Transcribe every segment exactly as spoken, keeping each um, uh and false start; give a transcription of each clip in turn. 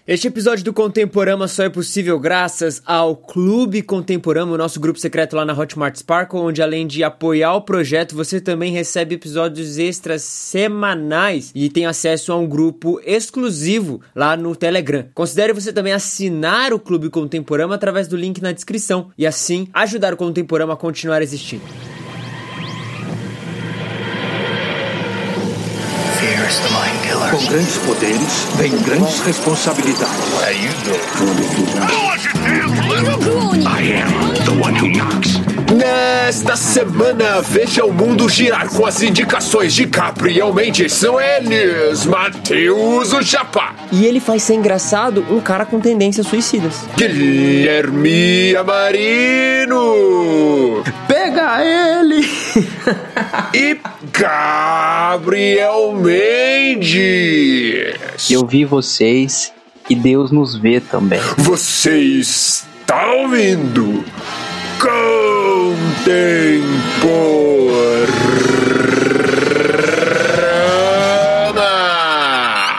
Este episódio do Contemporama só é possível graças ao Clube Contemporama, o nosso grupo secreto lá na Hotmart Sparkle, onde além de apoiar o projeto, você também recebe episódios extras semanais e tem acesso a um grupo exclusivo lá no Telegram. Considere você também assinar o Clube Contemporama através do link na descrição e assim ajudar o Contemporama a continuar existindo. Com grandes poderes, vem grandes responsabilidades. Nesta semana, veja o mundo girar com as indicações de Gabriel Mendes. São eles, Matheus o Japa. E ele faz ser engraçado um cara com tendências suicidas. Guilherme Amarino. Pega ele! E Gabriel Mendes. Eu vi vocês e Deus nos vê também. Você está ouvindo Contemporama.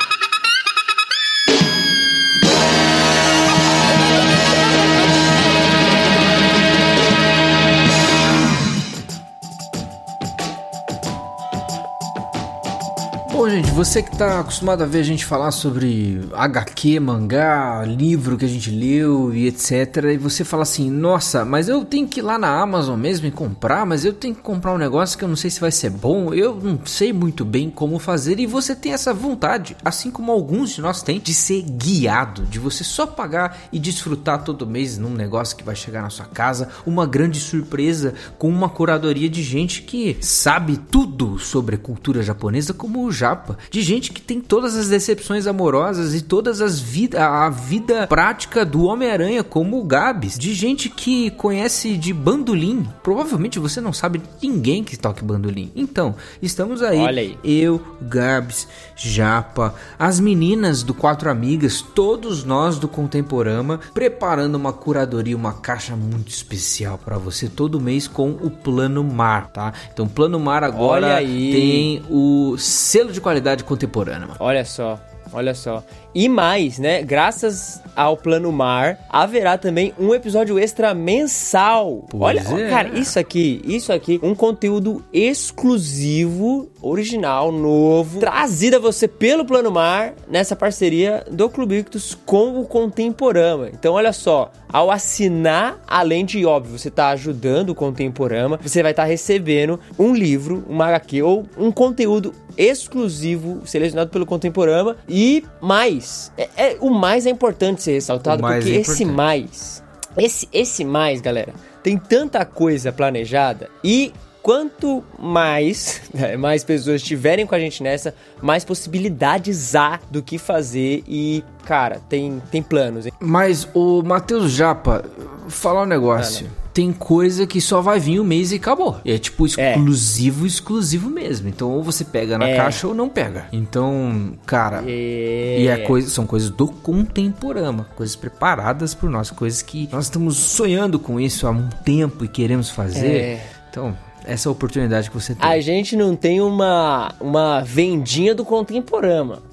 Bom, gente, você que tá acostumado a ver a gente falar sobre agá quê, mangá, livro que a gente leu e etcétera, e você fala assim, nossa, mas eu tenho que ir lá na Amazon mesmo e comprar, mas eu tenho que comprar um negócio que eu não sei se vai ser bom, eu não sei muito bem como fazer, e você tem essa vontade, assim como alguns de nós têm, de ser guiado, de você só pagar e desfrutar todo mês num negócio que vai chegar na sua casa, uma grande surpresa com uma curadoria de gente que sabe tudo sobre a cultura japonesa, como o Japa, de gente que tem todas as decepções amorosas e todas as vida, a vida prática do Homem-Aranha, como o Gabs, de gente que conhece de bandolim. Provavelmente você não sabe de ninguém que toque bandolim. Então, estamos aí, Olha aí. eu, Gabs, Japa, as meninas do Quatro Amigas, todos nós do Contemporama, preparando uma curadoria, uma caixa muito especial para você todo mês com o Plano Mar, tá? Então, o Plano Mar agora Olha aí. tem o selo de qualidade contemporânea, mano. Olha só, olha só. E mais, né? Graças ao Plano Mar, haverá também um episódio extra mensal. Pois Olha, é. cara, isso aqui, isso aqui, um conteúdo exclusivo, original, novo, trazido a você pelo Plano Mar, nessa parceria do Clube Ictus com o Contemporama. Então, olha só, ao assinar, além de, óbvio, você tá ajudando o Contemporama, você vai estar recebendo um livro, uma agá quê ou um conteúdo exclusivo selecionado pelo Contemporama e mais, é, é, o mais é importante ser ressaltado, O mais porque é esse importante. mais, esse, esse mais, galera, tem tanta coisa planejada e quanto mais, né, mais pessoas estiverem com a gente nessa, mais possibilidades há do que fazer e, cara, tem, tem planos, hein? Mas o Matheus Japa, falar um negócio. Ah, tem coisa que só vai vir um mês e acabou. E é tipo exclusivo, é. exclusivo mesmo. Então ou você pega na é. caixa ou não pega. Então, cara, é. e é coisa, são coisas do Contemporama, coisas preparadas por nós, coisas que nós estamos sonhando com isso há um tempo e queremos fazer. É. Então, essa é a oportunidade que você tem. A gente não tem uma, uma vendinha do Contemporama,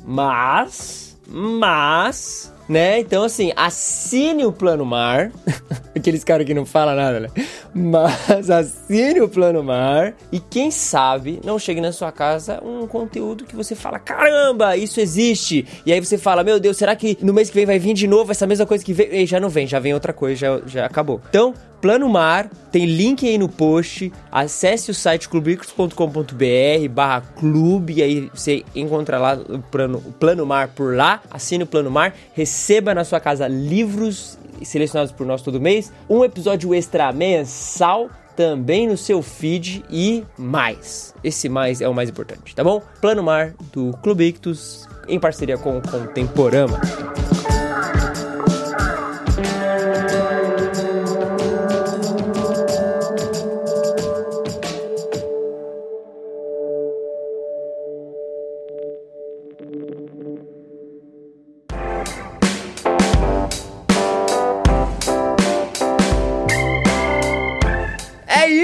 mas, mas, né, então assim, assine o Plano Mar, aqueles caras que não falam nada, né, mas assine o Plano Mar e quem sabe não chegue na sua casa um conteúdo que você fala, caramba, isso existe, e aí você fala, meu Deus, será que no mês que vem vai vir de novo essa mesma coisa que veio? E já não vem, já vem outra coisa, já, já acabou. Então, Plano Mar, tem link aí no post, acesse o site clubictus ponto com ponto b r barra clube, e aí você encontra lá o plano, o Plano Mar por lá, assine o Plano Mar, receba na sua casa livros selecionados por nós todo mês, um episódio extra mensal também no seu feed e mais. Esse mais é o mais importante, tá bom? Plano Mar do Clube Ictus em parceria com o Contemporama.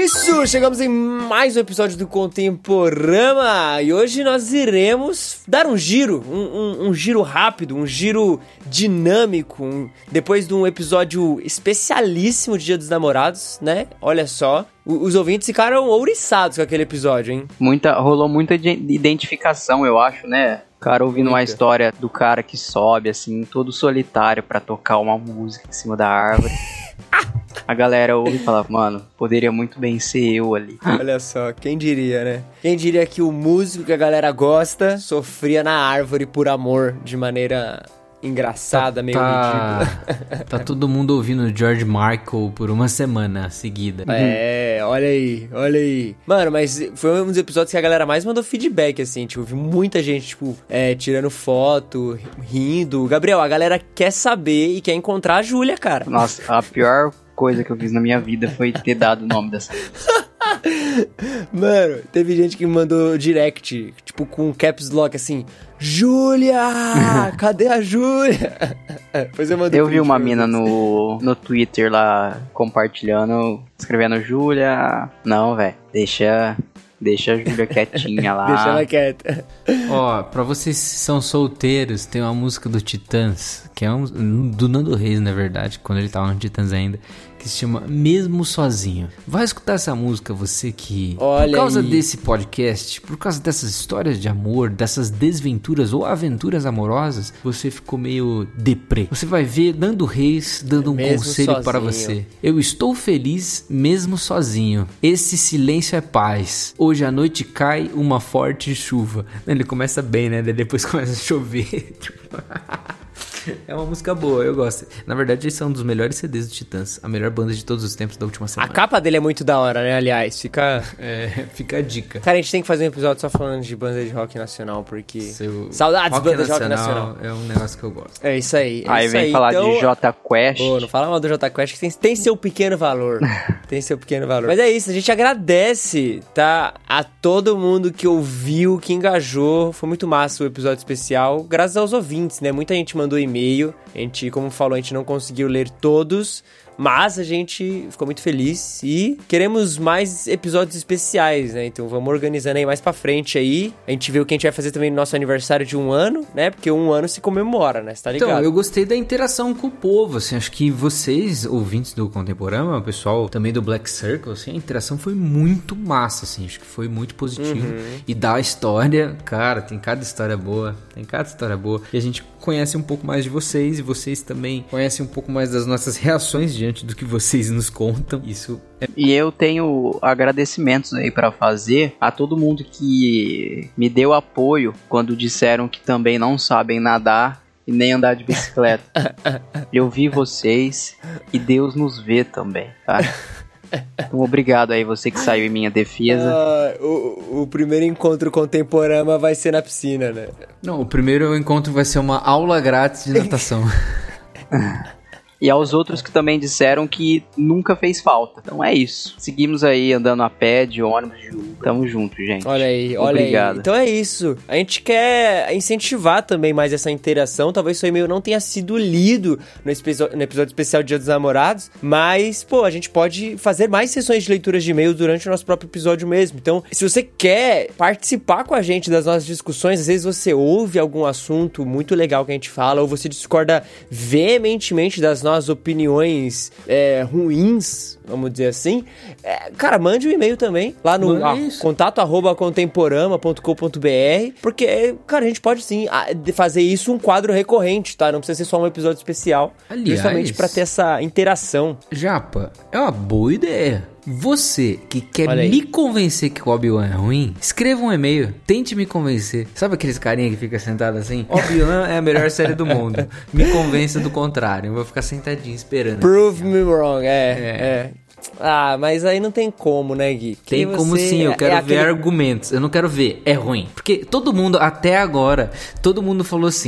isso, chegamos em mais um episódio do Contemporama e hoje nós iremos dar um giro, um, um, um giro rápido, um giro dinâmico, um, depois de um episódio especialíssimo de Dia dos Namorados, né? Olha só, o, os ouvintes ficaram ouriçados com aquele episódio, hein? Muita, rolou muita identificação, eu acho, né? O cara ouvindo uma história do cara que sobe, assim, todo solitário pra tocar uma música em cima da árvore. A galera ouve e fala, mano, poderia muito bem ser eu ali. Olha só, quem diria, né? Quem diria que o músico que a galera gosta sofria na árvore por amor, de maneira engraçada, tá, meio tá, ridícula. Tá todo mundo ouvindo George Michael por uma semana seguida. É, olha aí, olha aí. Mano, mas foi um dos episódios que a galera mais mandou feedback, assim, tipo, vi muita gente, tipo, é, tirando foto, rindo. Gabriel, a galera quer saber e quer encontrar a Júlia, cara. Nossa, a pior coisa que eu fiz na minha vida foi ter dado o nome dessa. Mano, teve gente que me mandou direct, tipo, com caps lock, assim, Júlia! Cadê a Júlia? Depois eu mandei. Eu vi uma mina no, no Twitter lá, compartilhando, escrevendo Júlia. Não, velho, deixa... Deixa a Júlia quietinha lá. Deixa ela quieta. Ó, pra vocês que são solteiros, tem uma música do Titãs, que é um, do Nando Reis, na verdade, quando ele tava no Titãs ainda, que se chama Mesmo Sozinho. Vai escutar essa música, você que, Olha por causa aí. desse podcast, por causa dessas histórias de amor, dessas desventuras ou aventuras amorosas, você ficou meio deprê. Você vai ver Nando Reis dando um Mesmo conselho sozinho. para você. Eu estou feliz mesmo sozinho. Esse silêncio é paz. Hoje à noite cai uma forte chuva. Ele começa bem, né? Daí depois começa a chover. É uma música boa, eu gosto. Na verdade, esse é um dos melhores C Ds do Titãs. A melhor banda de todos os tempos da última A semana. capa dele é muito da hora, né? Aliás, fica... É, fica a dica. Cara, a gente tem que fazer um episódio só falando de banda de rock nacional, porque... Seu Saudades, rock banda de rock nacional. é um negócio que eu gosto. É isso aí. É Aí isso vem aí. falar Então... de Jota Quest. Pô, não fala mal do Jota Quest, que tem, tem seu pequeno valor. Tem seu pequeno valor. Mas é isso, a gente agradece, tá? A todo mundo que ouviu, que engajou. Foi muito massa o episódio especial. Graças aos ouvintes, né? Muita gente mandou e-mail. A gente, como falou, a gente não conseguiu ler todos. Mas a gente ficou muito feliz e queremos mais episódios especiais, né? Então vamos organizando aí mais pra frente aí. A gente vê o que a gente vai fazer também no nosso aniversário de um ano, né? Porque um ano se comemora, né? Você tá ligado? Então, eu gostei da interação com o povo, assim, acho que vocês, ouvintes do Contemporâneo, o pessoal também do Black Circle, assim, a interação foi muito massa, assim, acho que foi muito positivo. Uhum. E da história, cara, tem cada história boa, tem cada história boa. E a gente conhece um pouco mais de vocês e vocês também conhecem um pouco mais das nossas reações diante do que vocês nos contam. Isso é... E eu tenho agradecimentos aí pra fazer a todo mundo que me deu apoio quando disseram que também não sabem nadar e nem andar de bicicleta. Eu vi vocês e Deus nos vê também, tá? Então, obrigado aí, você que saiu em minha defesa. Ah, o, o primeiro encontro contemporâneo vai ser na piscina, né? Não, o primeiro encontro vai ser uma aula grátis de natação. E aos outros que também disseram que nunca fez falta. Então é isso. Seguimos aí andando a pé, de ônibus, de Uber. Tamo junto, gente. Olha aí, olha Obrigado. aí. Então é isso. A gente quer incentivar também mais essa interação. Talvez seu e-mail não tenha sido lido no, espe- no episódio especial Dia dos Namorados, mas, pô, a gente pode fazer mais sessões de leituras de e-mail durante o nosso próprio episódio mesmo. Então, se você quer participar com a gente das nossas discussões, às vezes você ouve algum assunto muito legal que a gente fala, ou você discorda veementemente das nossas opiniões é, ruins, vamos dizer assim, é, cara, mande um e-mail também, lá no ah, contato arroba contemporama ponto com ponto b r, porque, cara, a gente pode sim fazer isso um quadro recorrente, tá? Não precisa ser só um episódio especial, Aliás, justamente pra ter essa interação. Japa, é uma boa ideia. Você que quer me convencer que o Obi-Wan é ruim, escreva um e-mail, tente me convencer. Sabe aqueles carinha que fica sentado assim? Obi-Wan é a melhor série do mundo. Me convença do contrário. Eu vou ficar sentadinho esperando. Prove me wrong, é, É. é. Ah, mas aí não tem como, né, Gui? Tem Porque como você sim, eu é quero ver aquele- argumentos. Eu não quero ver, é ruim. Porque todo mundo, até agora, todo mundo falou assim: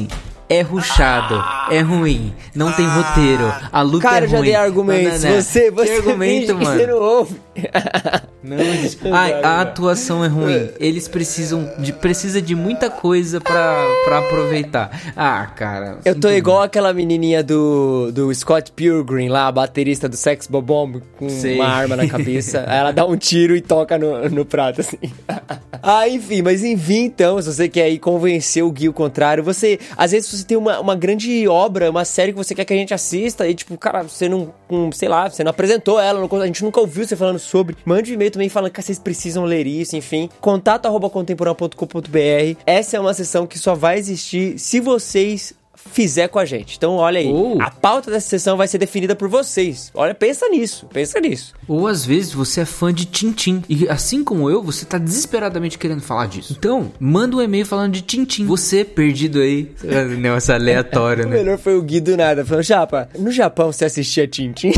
é rushado, é ruim, não tem roteiro, a luta Cara, é ruim. já dei argumentos. Não, não, não. Você, você que argumento, finge que mano? você não ouve. Não, ai, a atuação é ruim. Eles precisam de precisa de muita coisa pra, pra aproveitar. Ah, cara. Eu tô sinto igual muito. aquela menininha do, do Scott Pilgrim lá, a baterista do Sex Bob-Omb, com Sei. uma arma na cabeça. Aí ela dá um tiro e toca no, no prato, assim. Ah, enfim, mas enfim, então, se você quer aí convencer o Gui o contrário, você, às vezes você tem uma, uma grande obra, uma série que você quer que a gente assista e, tipo, cara, você não, um, sei lá, você não apresentou ela, não, a gente nunca ouviu você falando sobre, mande um e-mail também falando que vocês precisam ler isso, enfim, contato arroba contemporâneo ponto com ponto b r. Essa é uma sessão que só vai existir se vocês fizer com a gente. Então, olha aí, Oh. a pauta dessa sessão vai ser definida por vocês. Olha, pensa nisso, pensa nisso. Ou às vezes você é fã de Tintim e assim como eu, você tá desesperadamente querendo falar disso. Então, manda um e-mail falando de Tintim. Você perdido aí, negócio aleatório, O né? melhor foi o Gui do nada, falando, Chapa, no Japão você assistia Tintin?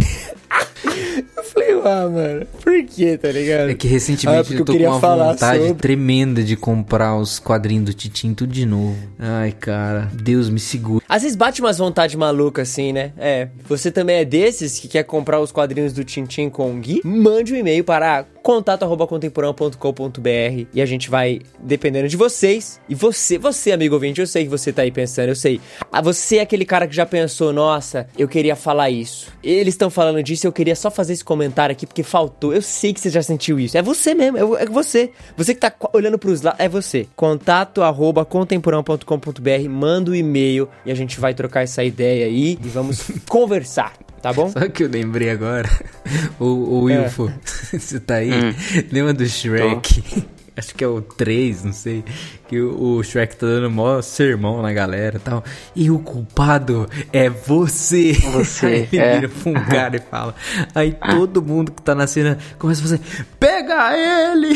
Eu falei, ah, mano, por que, tá ligado? É que recentemente Ah, porque eu tô eu queria com uma falar vontade sobre. tremenda de comprar os quadrinhos do Tintim tudo de novo. Ai, cara, Deus me segura. Às vezes bate umas vontades malucas assim, né? É, você também é desses que quer comprar os quadrinhos do Tintin com o Gui? Mande um e-mail para contato arroba contemporâneo ponto com ponto b r e a gente vai, dependendo de vocês, e você, você amigo ouvinte, eu sei que você tá aí pensando, eu sei. Ah, você é aquele cara que já pensou, nossa, eu queria falar isso. Eles estão falando disso, eu queria só fazer esse comentário aqui porque faltou. Eu sei que você já sentiu isso. É você mesmo, é, é você. Você que tá olhando pros lados, é você. Contato arroba contemporâneo ponto com ponto b r, manda um e-mail e a gente vai trocar essa ideia aí e vamos conversar. Tá bom? Sabe o que eu lembrei agora? O, o É. Wilfo, você tá aí? Hum. Lembra do Shrek? Acho que é o três, não sei. Que o, o Shrek tá dando maior sermão na galera e tal. E o culpado é você. Você, Aí ele é. vira pra um cara e fala. Aí todo mundo que tá na cena começa a fazer: pega ele!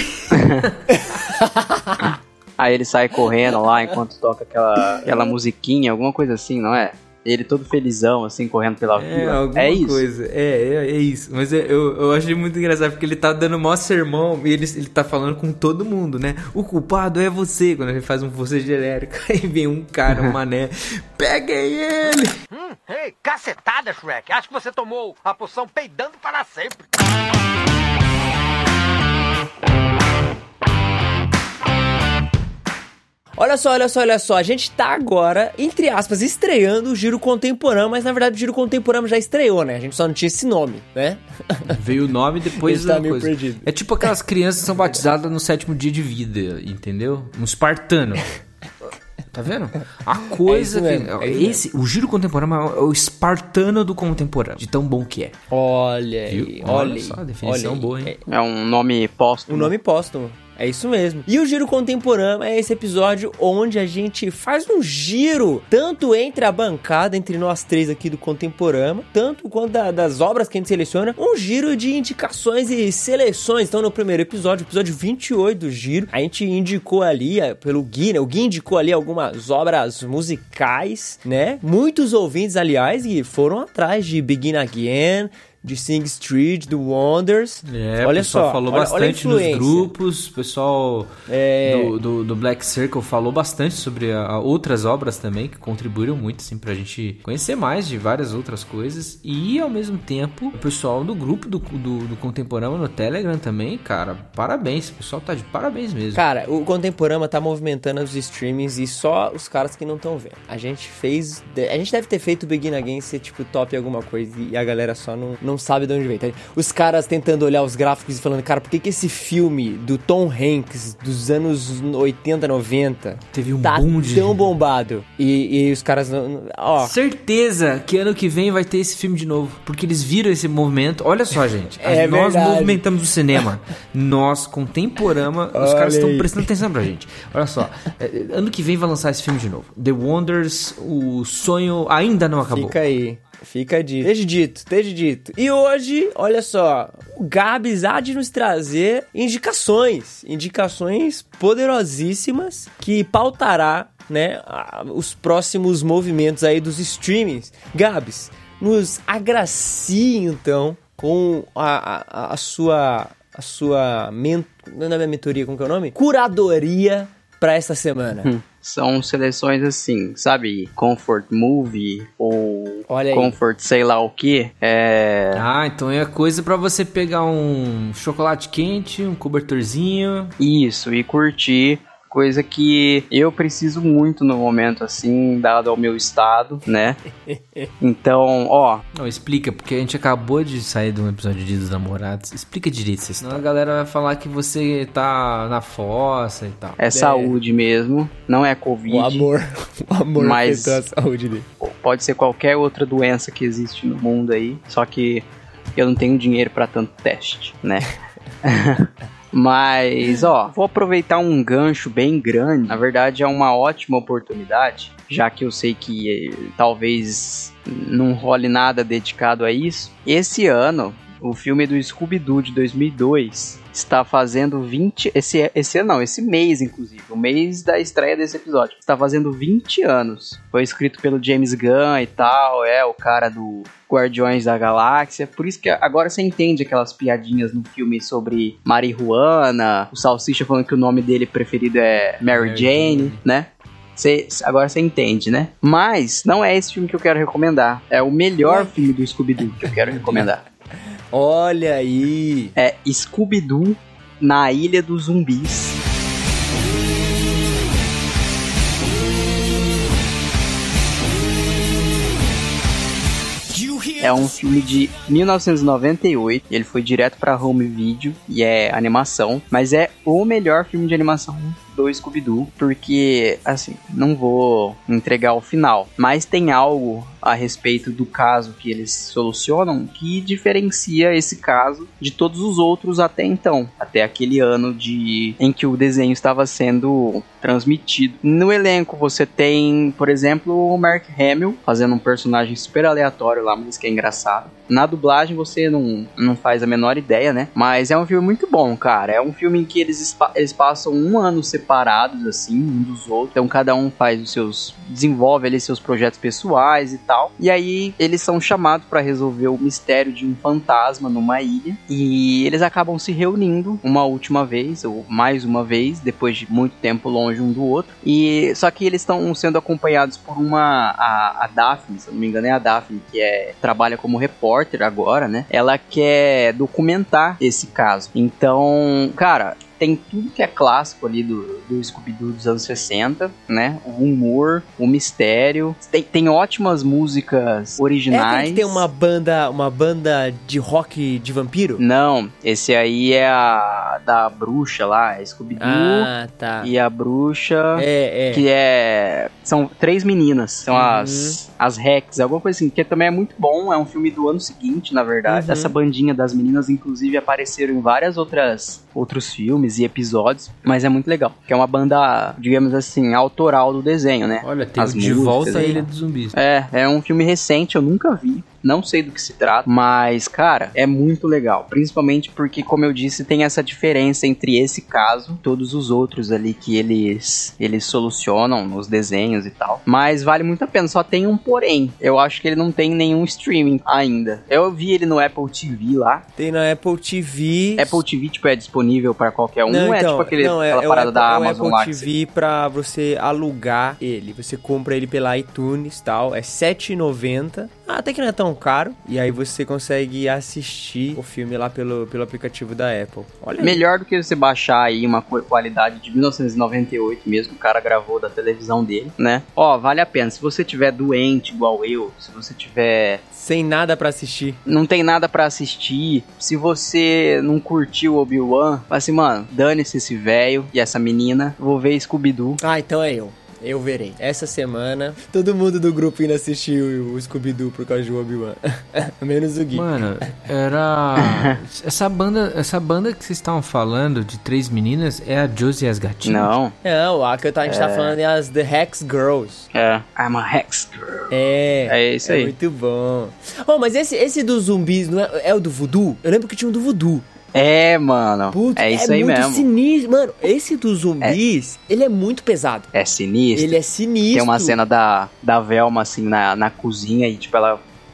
Aí ele sai correndo lá enquanto toca aquela, aquela musiquinha, alguma coisa assim, não é? Ele todo felizão, assim, correndo pela É, vila. alguma É isso. coisa. É, é, é isso. Mas é, eu, eu achei muito engraçado porque ele tá dando o maior sermão e ele, ele tá falando com todo mundo, né? O culpado é você, quando ele faz um você genérico. Aí vem um cara, um mané, peguem ele! Hum, ei, cacetada, Shrek. Acho que você tomou a poção peidando para sempre. Olha só, olha só, olha só. A gente tá agora, entre aspas, estreando o Giro Contemporâneo, mas na verdade o Giro Contemporâneo já estreou, né? A gente só não tinha esse nome, né? Veio o nome depois Ele tá da meio coisa. perdido. É tipo aquelas crianças que são batizadas no sétimo dia de vida, entendeu? Um espartano. Tá vendo? A coisa É isso que. mesmo, é isso esse, o giro contemporâneo é o espartano do contemporâneo, de tão bom que é. Olha aí, Viu? olha, Olha aí, só, definição olha aí. boa, hein? É É um nome póstumo. um nome póstumo. É isso mesmo. E o Giro Contemporâneo é esse episódio onde a gente faz um giro, tanto entre a bancada, entre nós três aqui do Contemporâneo, tanto quanto da, das obras que a gente seleciona, um giro de indicações e seleções. Então, no primeiro episódio, episódio vinte e oito do Giro, a gente indicou ali, pelo Gui, né? O Gui indicou ali algumas obras musicais, né? Muitos ouvintes, aliás, e foram atrás de Begin Again, de Sing Street, do Wonders. É, olha o pessoal só, falou olha, olha a bastante nos influência. grupos, o pessoal É. do, do, do Black Circle falou bastante sobre a, a outras obras também, que contribuíram muito, assim, pra gente conhecer mais de várias outras coisas. E, ao mesmo tempo, o pessoal do grupo do, do, do Contemporâneo no Telegram também, cara, parabéns, o pessoal tá de parabéns mesmo. Cara, o Contemporâneo tá movimentando os streamings e só os caras que não estão vendo. A gente fez... A gente deve ter feito o Begin Again ser, tipo, top alguma coisa e a galera só não, não sabe de onde veio. Tá? Os caras tentando olhar os gráficos e falando, cara, por que que esse filme do Tom Hanks dos anos oitenta, noventa Teve um tá boom de... tão bombado? E, e os caras... não- Ó, Certeza que ano que vem vai ter esse filme de novo, porque eles viram esse movimento. Olha só, gente, É nós verdade. movimentamos o cinema. Nós, Contemporâneo, os Olha caras estão aí. prestando atenção pra gente. Olha só, é, ano que vem vai lançar esse filme de novo. The Wonders, o sonho ainda não acabou. fica aí. Fica dito. Desde dito, desde dito. E hoje, olha só, o Gabs há de nos trazer indicações. Indicações poderosíssimas que pautará, né, a- os próximos movimentos aí dos streamings. Gabs, nos agracie então com a, a, a sua, a sua ment... não é minha mentoria, como que é o nome? Curadoria pra esta semana. Hum. são seleções assim, sabe? Comfort movie ou Olha aí. comfort sei lá o que. É... Ah, então é coisa pra você pegar um chocolate quente, um cobertorzinho. Isso, e curtir. Coisa que eu preciso muito no momento, assim, dado ao meu estado, né? Então, ó... Não, explica, porque a gente acabou de sair de um episódio de Dia dos Namorados. Explica direito essa história. Senão a galera vai falar que você tá na fossa e tal. É, é. saúde mesmo, não é Covid. O amor, o amor mas afetou a saúde dele. Pode ser qualquer outra doença que existe no mundo aí, só que eu não tenho dinheiro pra tanto teste, né? Mas, ó, vou aproveitar um gancho bem grande. Na verdade, é uma ótima oportunidade, já que eu sei que eh, talvez não role nada dedicado a isso. Esse ano, o filme do Scooby-Doo de dois mil e dois está fazendo vinte... Esse, esse ano não, esse mês, inclusive. O mês da estreia desse episódio. Está fazendo vinte anos. Foi escrito pelo James Gunn e tal. É o cara do Guardiões da Galáxia. Por isso que agora você entende aquelas piadinhas no filme sobre marihuana. O Salsicha falando que o nome dele preferido é Mary, Mary Jane, Jane, né? Cê, agora você entende, né? Mas não é esse filme que eu quero recomendar. É o melhor filme do Scooby-Doo que eu quero recomendar. Olha aí! É Scooby-Doo na Ilha dos Zumbis. É um filme de mil novecentos e noventa e oito. Ele foi direto pra home video e é animação. Mas é o melhor filme de animação do Scooby-Doo, porque, assim, não vou entregar o final, mas tem algo a respeito do caso que eles solucionam que diferencia esse caso de todos os outros até então, até aquele ano de em que o desenho estava sendo transmitido. No elenco você tem, por exemplo, o Mark Hamill fazendo um personagem super aleatório lá, mas que é engraçado. Na dublagem você não, não faz a menor ideia, né? Mas é um filme muito bom, cara. É um filme em que eles, eles passam um ano separados, assim, um dos outros. Então cada um faz os seus... desenvolve ali seus projetos pessoais e tal. E aí eles são chamados para resolver o mistério de um fantasma numa ilha. E eles acabam se reunindo uma última vez, ou mais uma vez, depois de muito tempo longe um do outro. E só que eles estão sendo acompanhados por uma... A, a Daphne, se eu não me engano é a Daphne, que é, trabalha como repórter agora, né? Ela quer documentar esse caso. Então, cara... tem tudo que é clássico ali do, do Scooby-Doo dos anos sessenta, né? O humor, o mistério. Tem, tem ótimas músicas originais. É que tem uma banda, uma banda de rock de vampiro? Não, esse aí é a da bruxa lá, é Scooby-Doo. Ah, tá. E a bruxa, é, é. que é... são três meninas, são uhum. as, as Rex, alguma coisa assim, que também é muito bom, é um filme do ano seguinte, na verdade. Uhum. Essa bandinha das meninas, inclusive, apareceram em várias outras outros filmes e episódios, mas é muito legal, que é uma banda, digamos assim, autoral do desenho, né? Olha, tem As De Volta à Ilha dos Zumbis. É, é um filme recente, eu nunca vi. Não sei do que se trata, mas, cara, é muito legal. Principalmente porque, como eu disse, tem essa diferença entre esse caso e todos os outros ali que eles, eles solucionam nos desenhos e tal. Mas vale muito a pena, só tem um porém. Eu acho que ele não tem nenhum streaming ainda. Eu vi ele no Apple T V lá. Tem na Apple T V. Apple T V, tipo, é disponível pra qualquer um? Não, é então, tipo aquele, não, é, aquela é parada Apple, da Amazon lá. É o Apple T V pra você alugar ele. Você compra ele pela iTunes e tal. É sete reais e noventa centavos. Ah, até que não é tão caro. E aí você consegue assistir o filme lá pelo, pelo aplicativo da Apple. Olha aí. Melhor do que você baixar aí uma qualidade de mil novecentos e noventa e oito mesmo, o cara gravou da televisão dele, né? Ó, vale a pena. Se você tiver doente igual eu, se você tiver... sem nada pra assistir. Não tem nada pra assistir. Se você não curtiu Obi-Wan, fala assim, mano, dane-se esse velho e essa menina, vou ver Scooby-Doo. Ah, então é eu. Eu verei. Essa semana, todo mundo do grupo indo assistir o, o Scooby-Doo por causa do Obi-Wan. Menos o Gui. Mano, era... essa banda, essa banda que vocês estavam falando, de três meninas, é a Josie e as Gatinhas? Não. Não, a que a gente é... tá falando é as The Hex Girls. É. I'm a Hex Girl. É. É isso é aí. Muito bom. Oh, mas esse, esse dos zumbis, não é, é o do Voodoo? Eu lembro que tinha um do Voodoo. É, mano. Puta, é isso é aí muito mesmo. Sinistro. Mano, esse dos zumbis, é. ele é muito pesado. É sinistro. Ele é sinistro. Tem uma cena da, da Velma, assim, na, na cozinha e, tipo, ela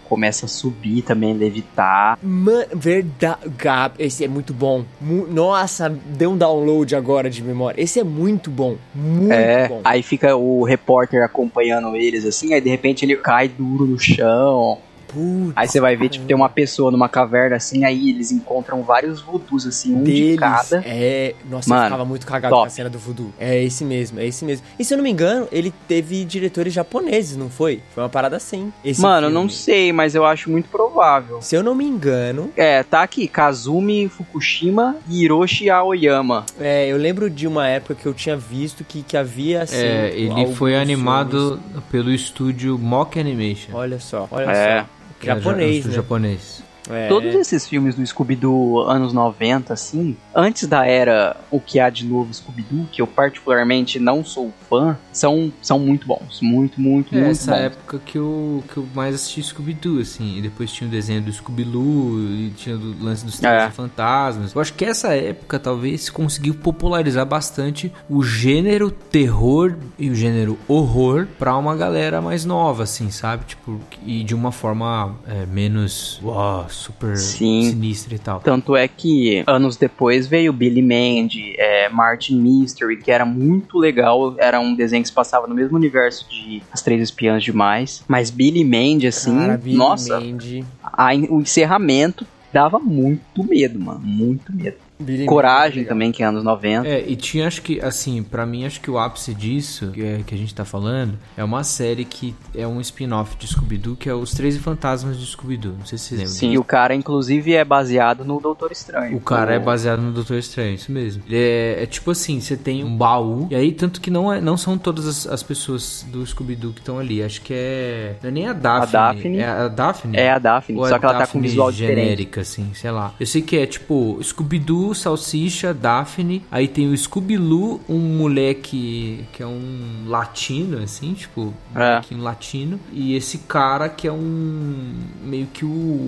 começa a subir também, levitar. Mano, verdade. Gab, esse é muito bom. Mu- Nossa, deu um download agora de memória. Esse é muito bom. Muito É, bom. aí fica o repórter acompanhando eles, assim, aí de repente ele cai duro no chão. Putz, Aí você vai ver, tipo, tem uma pessoa numa caverna, assim, aí eles encontram vários voodoos, assim, um deles. de cada. É, nossa, Mano, eu ficava muito cagado top. com a cena do voodoo. É esse mesmo, é esse mesmo. E se eu não me engano, ele teve diretores japoneses, não foi? Foi uma parada assim. Esse Mano, eu filme. não sei, mas eu acho muito provável. Se eu não me engano, É, tá aqui, Kazumi Fukushima e Hiroshi Aoyama. é, eu lembro de uma época que eu tinha visto que, que havia assim. É, ele alguns foi animado filmes. pelo estúdio Mock Animation. Olha só, olha É. só. Japonês, é, né? japonês. É. Todos esses filmes do Scooby-Doo anos noventa, assim, antes da era O Que Há de Novo Scooby-Doo, que eu particularmente não sou fã, são, são muito bons. Muito, muito, É, muito essa bons. época que eu, que eu mais assisti Scooby-Doo, assim. E depois tinha o desenho do Scooby-Loo, e tinha o lance dos treze É. fantasmas. Eu acho que essa época talvez conseguiu popularizar bastante o gênero terror e o gênero horror pra uma galera mais nova, assim, sabe? Tipo, e de uma forma é, menos uau, super Sim. sinistra e tal. Tanto é que anos depois veio Billy Mandy, é, Martin Mystery, que era muito legal. Era um desenho que se passava no mesmo universo de As Três Espiãs Demais. Mas Billy Mandy, assim, Cara, Billy nossa, Mandy. a- o encerramento dava muito medo, mano. Muito medo. Billy Coragem Mandy, também, que é anos noventa. É, e tinha, acho que, assim, pra mim, acho que o ápice disso, que, é, que a gente tá falando, é uma série que é um spin-off de Scooby-Doo, que é Os treze Fantasmas de Scooby-Doo. Não sei se vocês lembram. Sim, e o cara, inclusive, é baseado no Doutor Estranho. O cara O- é baseado no Doutor Estranho, isso mesmo. Ele é, é tipo assim, você tem um baú, e aí tanto que não, é, não são todas as, as pessoas do Scooby-Doo que estão ali. Acho que é... Não é nem a Daphne. A Daphne. É a Daphne? É a Daphne, Ou é só que ela tá com Daphne visual diferente. genérica, assim, sei lá. Eu sei que é tipo Scooby-Doo, Salsicha, Daphne. Aí tem o Scooby-Loo, um moleque que é um latino, assim, tipo, um É. molequinho latino. E esse cara que é um... meio que o,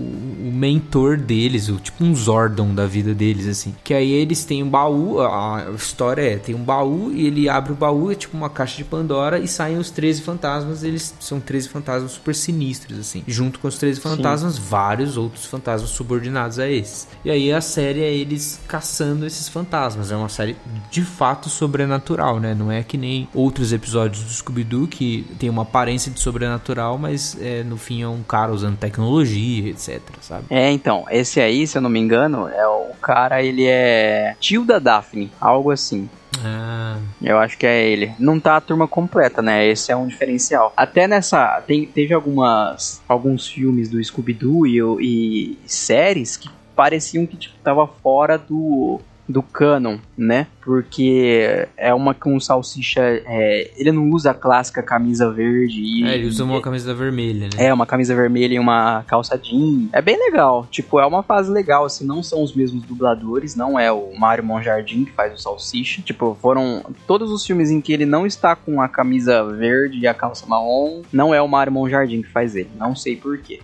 o mentor deles, o, tipo um Zordon da vida deles, assim. Que aí eles têm um baú, a história é, tem um baú e ele abre o baú, é tipo uma caixa de Pandora e saem os treze fantasmas. Eles são treze fantasmas super sinistros, assim. Junto com os treze fantasmas, vários outros fantasmas subordinados a esses. E aí a série é eles caçando esses fantasmas. É uma série de fato sobrenatural, né? Não é que nem outros episódios do Scooby-Doo que tem uma aparência de sobrenatural, mas é, no fim é um cara usando tecnologia, etc, sabe? É, então, esse aí, se eu não me engano, é o cara, ele é tio da Daphne, algo assim. Ah, Eu acho que é ele. Não tá a turma completa, né? Esse é um diferencial. Até nessa... Tem, teve algumas... Alguns filmes do Scooby-Doo e, e séries que pareciam que, tipo, tava fora do... do canon, né? Porque é uma com salsicha... É, ele não usa a clássica camisa verde e... é, ele usa uma camisa vermelha, né? É, uma camisa vermelha e uma calça jeans. É bem legal. Tipo, é uma fase legal, assim. Não são os mesmos dubladores. Não é o Mário Monjardim que faz o Salsicha. Tipo, foram... Todos os filmes em que ele não está com a camisa verde e a calça marrom, não é o Mário Monjardim que faz ele. Não sei porquê.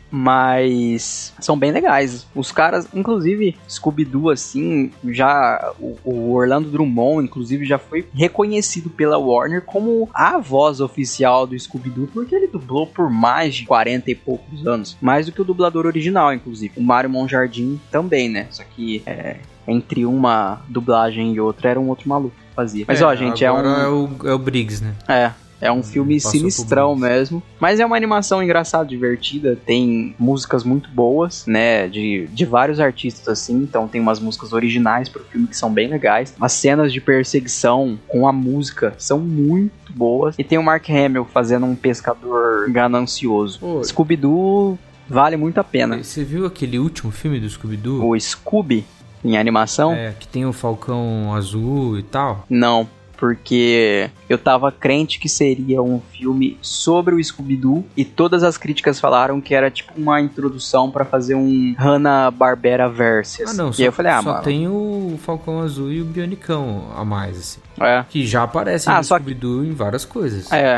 Mas... são bem legais. Os caras, inclusive, Scooby-Doo, assim, já... O, o Orlando Drummond, inclusive, já foi reconhecido pela Warner como a voz oficial do Scooby-Doo, porque ele dublou por mais de quarenta e poucos anos. Mais do que o dublador original, inclusive. O Mário Monjardim também, né? Só que é, entre uma dublagem e outra era um outro maluco que fazia. Mas, É, ó, gente, é um... agora é o, é o Briggs, né? É... É um filme Passou sinistrão por isso. mesmo. Mas é uma animação engraçada, divertida. Tem músicas muito boas, né? De, de vários artistas, assim. Então tem umas músicas originais pro filme que são bem legais. As cenas de perseguição com a música são muito boas. E tem o Mark Hamill fazendo um pescador ganancioso. Pô, Scooby-Doo vale muito a pena. Você viu aquele último filme do Scooby-Doo? O Scooby, em animação, É, que tem o Falcão Azul e tal. não. Porque eu tava crente que seria um filme sobre o Scooby-Doo e todas as críticas falaram que era tipo uma introdução pra fazer um Hanna-Barbera verse. Ah, assim. não, e só, eu falei, ah, só mano. tem o Falcão Azul e o Bionicão a mais, assim. É. Que já aparecem Ah, no só que- Scooby-Doo em várias coisas. É.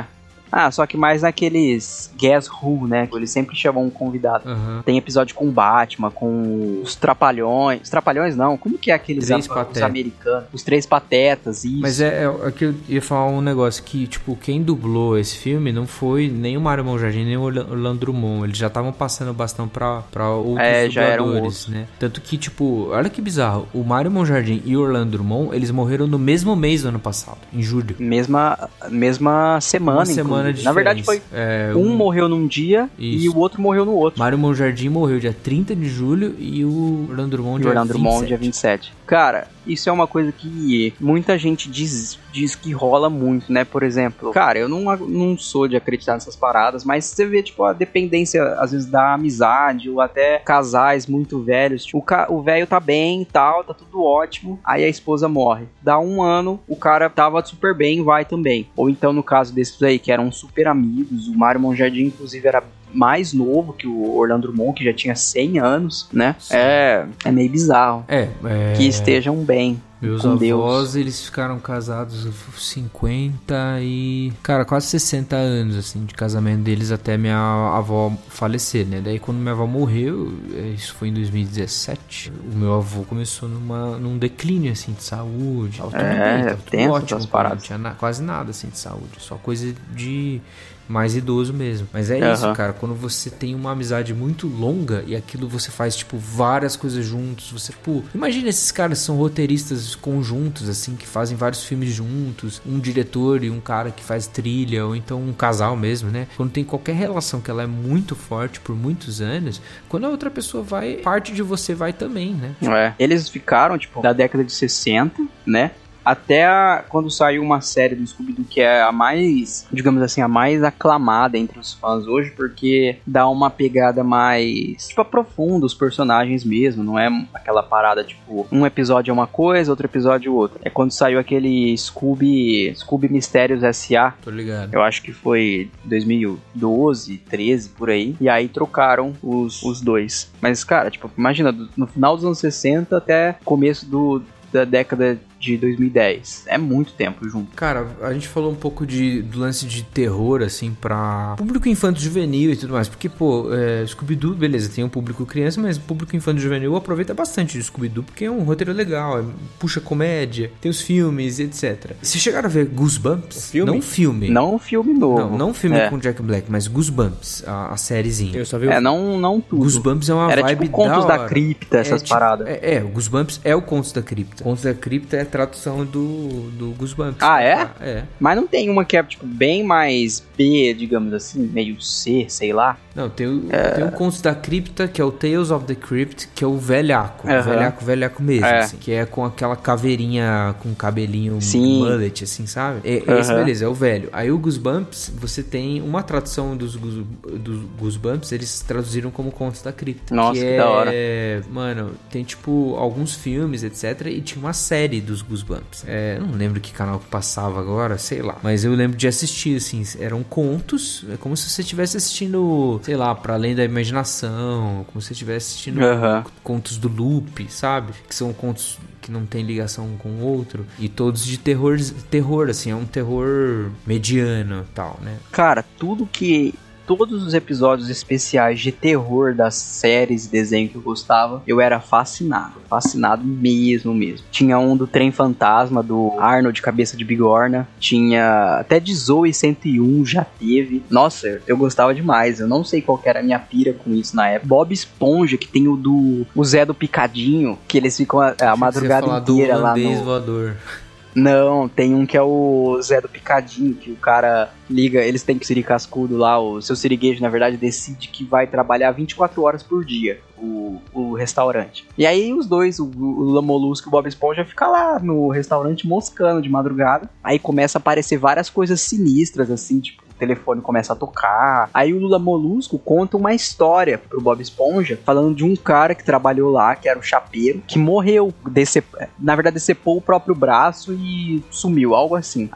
Ah, só que mais naqueles Guess Who, né? Eles sempre chamam um convidado. Uhum. Tem episódio com o Batman, com os Trapalhões. Os Trapalhões não, como que é aqueles Três os Patetas. americanos? Os Três Patetas, isso. Mas é, é, é que eu ia falar um negócio que, tipo, quem dublou esse filme não foi nem o Mário Monjardim, nem o Orlando Drummond. Eles já estavam passando o bastão pra, pra outros É, já eram dubladores, outros. né? Tanto que, tipo, olha que bizarro. O Mário Monjardim e o Orlando Drummond, eles morreram no mesmo mês do ano passado, em julho. Mesma, mesma semana, Uma semana de Na verdade foi, é, um morreu num dia Isso. e o outro morreu no outro. Mário Monjardim morreu dia trinta de julho e o Orlando Drummond E o dia Orlando Drummond vinte e sete. dia vinte e sete. Cara, isso é uma coisa que muita gente diz, diz que rola muito, né? Por exemplo, cara, eu não, não sou de acreditar nessas paradas, mas você vê, tipo, a dependência, às vezes, da amizade, ou até casais muito velhos. Tipo, o velho tá bem e tal, tá tudo ótimo, aí a esposa morre. Dá um ano, o cara tava super bem, vai também. Ou então, no caso desses aí, que eram super amigos, o Mário Monjardim, inclusive, era mais novo que o Orlando Drummond, que já tinha cem anos, né? É, é meio bizarro. É, é... Que estejam bem. Meus com avós, Deus. eles ficaram casados cinquenta e... Cara, quase sessenta anos, assim, de casamento deles até minha avó falecer, né? Daí quando minha avó morreu, isso foi em dois mil e dezessete, o meu avô começou numa, num declínio, assim, de saúde. Tava tudo É, bem, tava tudo tenso ótimo, essas pô, paradas. não tinha na, quase nada, assim, de saúde. Só coisa de... mais idoso mesmo. Mas é Uhum. isso, cara. Quando você tem uma amizade muito longa e aquilo você faz, tipo, várias coisas juntos. Você, tipo... Imagina esses caras que são roteiristas conjuntos, assim, que fazem vários filmes juntos. Um diretor e um cara que faz trilha, ou então um casal mesmo, né? Quando tem qualquer relação que ela é muito forte por muitos anos, quando a outra pessoa vai, parte de você vai também, né? É. Eles ficaram, tipo, da década de sessenta, né? Até a, quando saiu uma série do Scooby-Doo que é a mais, digamos assim, a mais aclamada entre os fãs hoje, porque dá uma pegada mais, tipo, aprofunda os personagens mesmo, não é aquela parada, tipo, um episódio é uma coisa, outro episódio outra. É quando saiu aquele Scooby, Scooby Mistérios S A, Tô ligado. eu acho que foi dois mil e doze, treze, por aí, e aí trocaram os, os dois. Mas, cara, tipo, imagina, no final dos anos sessenta até começo do, da década de dois mil e dez. É muito tempo junto. Cara, a gente falou um pouco de, do lance de terror, assim, pra público infanto-juvenil e tudo mais. Porque, pô, é, Scooby-Doo, beleza, tem um público criança, mas o público infanto-juvenil aproveita bastante de Scooby-Doo, porque é um roteiro legal, é, puxa comédia, tem os filmes, etcétera. Vocês chegaram a ver Goosebumps? Filme? Não filme. Não um filme novo. Não, não filme é. com Jack Black, mas Goosebumps, a, a sériezinha. Eu só vi o... É, não, não tudo. Goosebumps é uma Era vibe tipo Contos da da, hora. Cripta, essas é, tipo, paradas. É, é, o Goosebumps é o Contos da Cripta. Contos da Cripta é a tradução do, do Goosebumps. Ah, é? É. Mas não tem uma que é, tipo, bem mais B, digamos assim, meio C, sei lá. Não, tem o, tem o Contos da Cripta, que é o Tales of the Crypt, que é o velhaco. Uhum. O velhaco, velhaco mesmo, É. assim. Que é com aquela caveirinha com cabelinho Sim. mullet, assim, sabe? É, Uhum. Esse, beleza, é o velho. Aí o Goosebumps, você tem uma tradução dos, Goose, dos Goosebumps, eles traduziram como Contos da Cripta. Nossa, que, que é, da hora. Mano, tem, tipo, alguns filmes, etcétera. E tinha uma série dos Goosebumps. É, eu não lembro que canal que passava agora, sei lá. Mas eu lembro de assistir, assim, eram contos, é como se você estivesse assistindo, sei lá, Pra Além da Imaginação, como se você estivesse assistindo Uhum. contos do Loop, sabe? Que são contos que não tem ligação com o outro. E todos de terror, terror, assim, é um terror mediano e tal, né? Cara, tudo que... Todos os episódios especiais de terror das séries e desenho que eu gostava, eu era fascinado. Fascinado mesmo, mesmo. Tinha um do Trem Fantasma, do Arnold Cabeça de Bigorna. Tinha até de Zoe cento e um, já teve. Nossa, eu gostava demais. Eu não sei qual que era a minha pira com isso na época. Bob Esponja, que tem o do o Zé do Picadinho, que eles ficam a, a madrugada inteira lá no... voador. Não, tem um que é o Zé do Picadinho, que o cara liga, eles têm que siri cascudo lá, o seu siriguejo, na verdade, decide que vai trabalhar vinte e quatro horas por dia, o, o restaurante. E aí os dois, o, o Lula Molusco e o Bob Esponja, ficam lá no restaurante moscando de madrugada. Aí começa a aparecer várias coisas sinistras, assim, tipo, o telefone começa a tocar. Aí o Lula Molusco conta uma história pro Bob Esponja, falando de um cara que trabalhou lá, que era o chapeiro, que morreu, decep... na verdade decepou o próprio braço e sumiu, algo assim.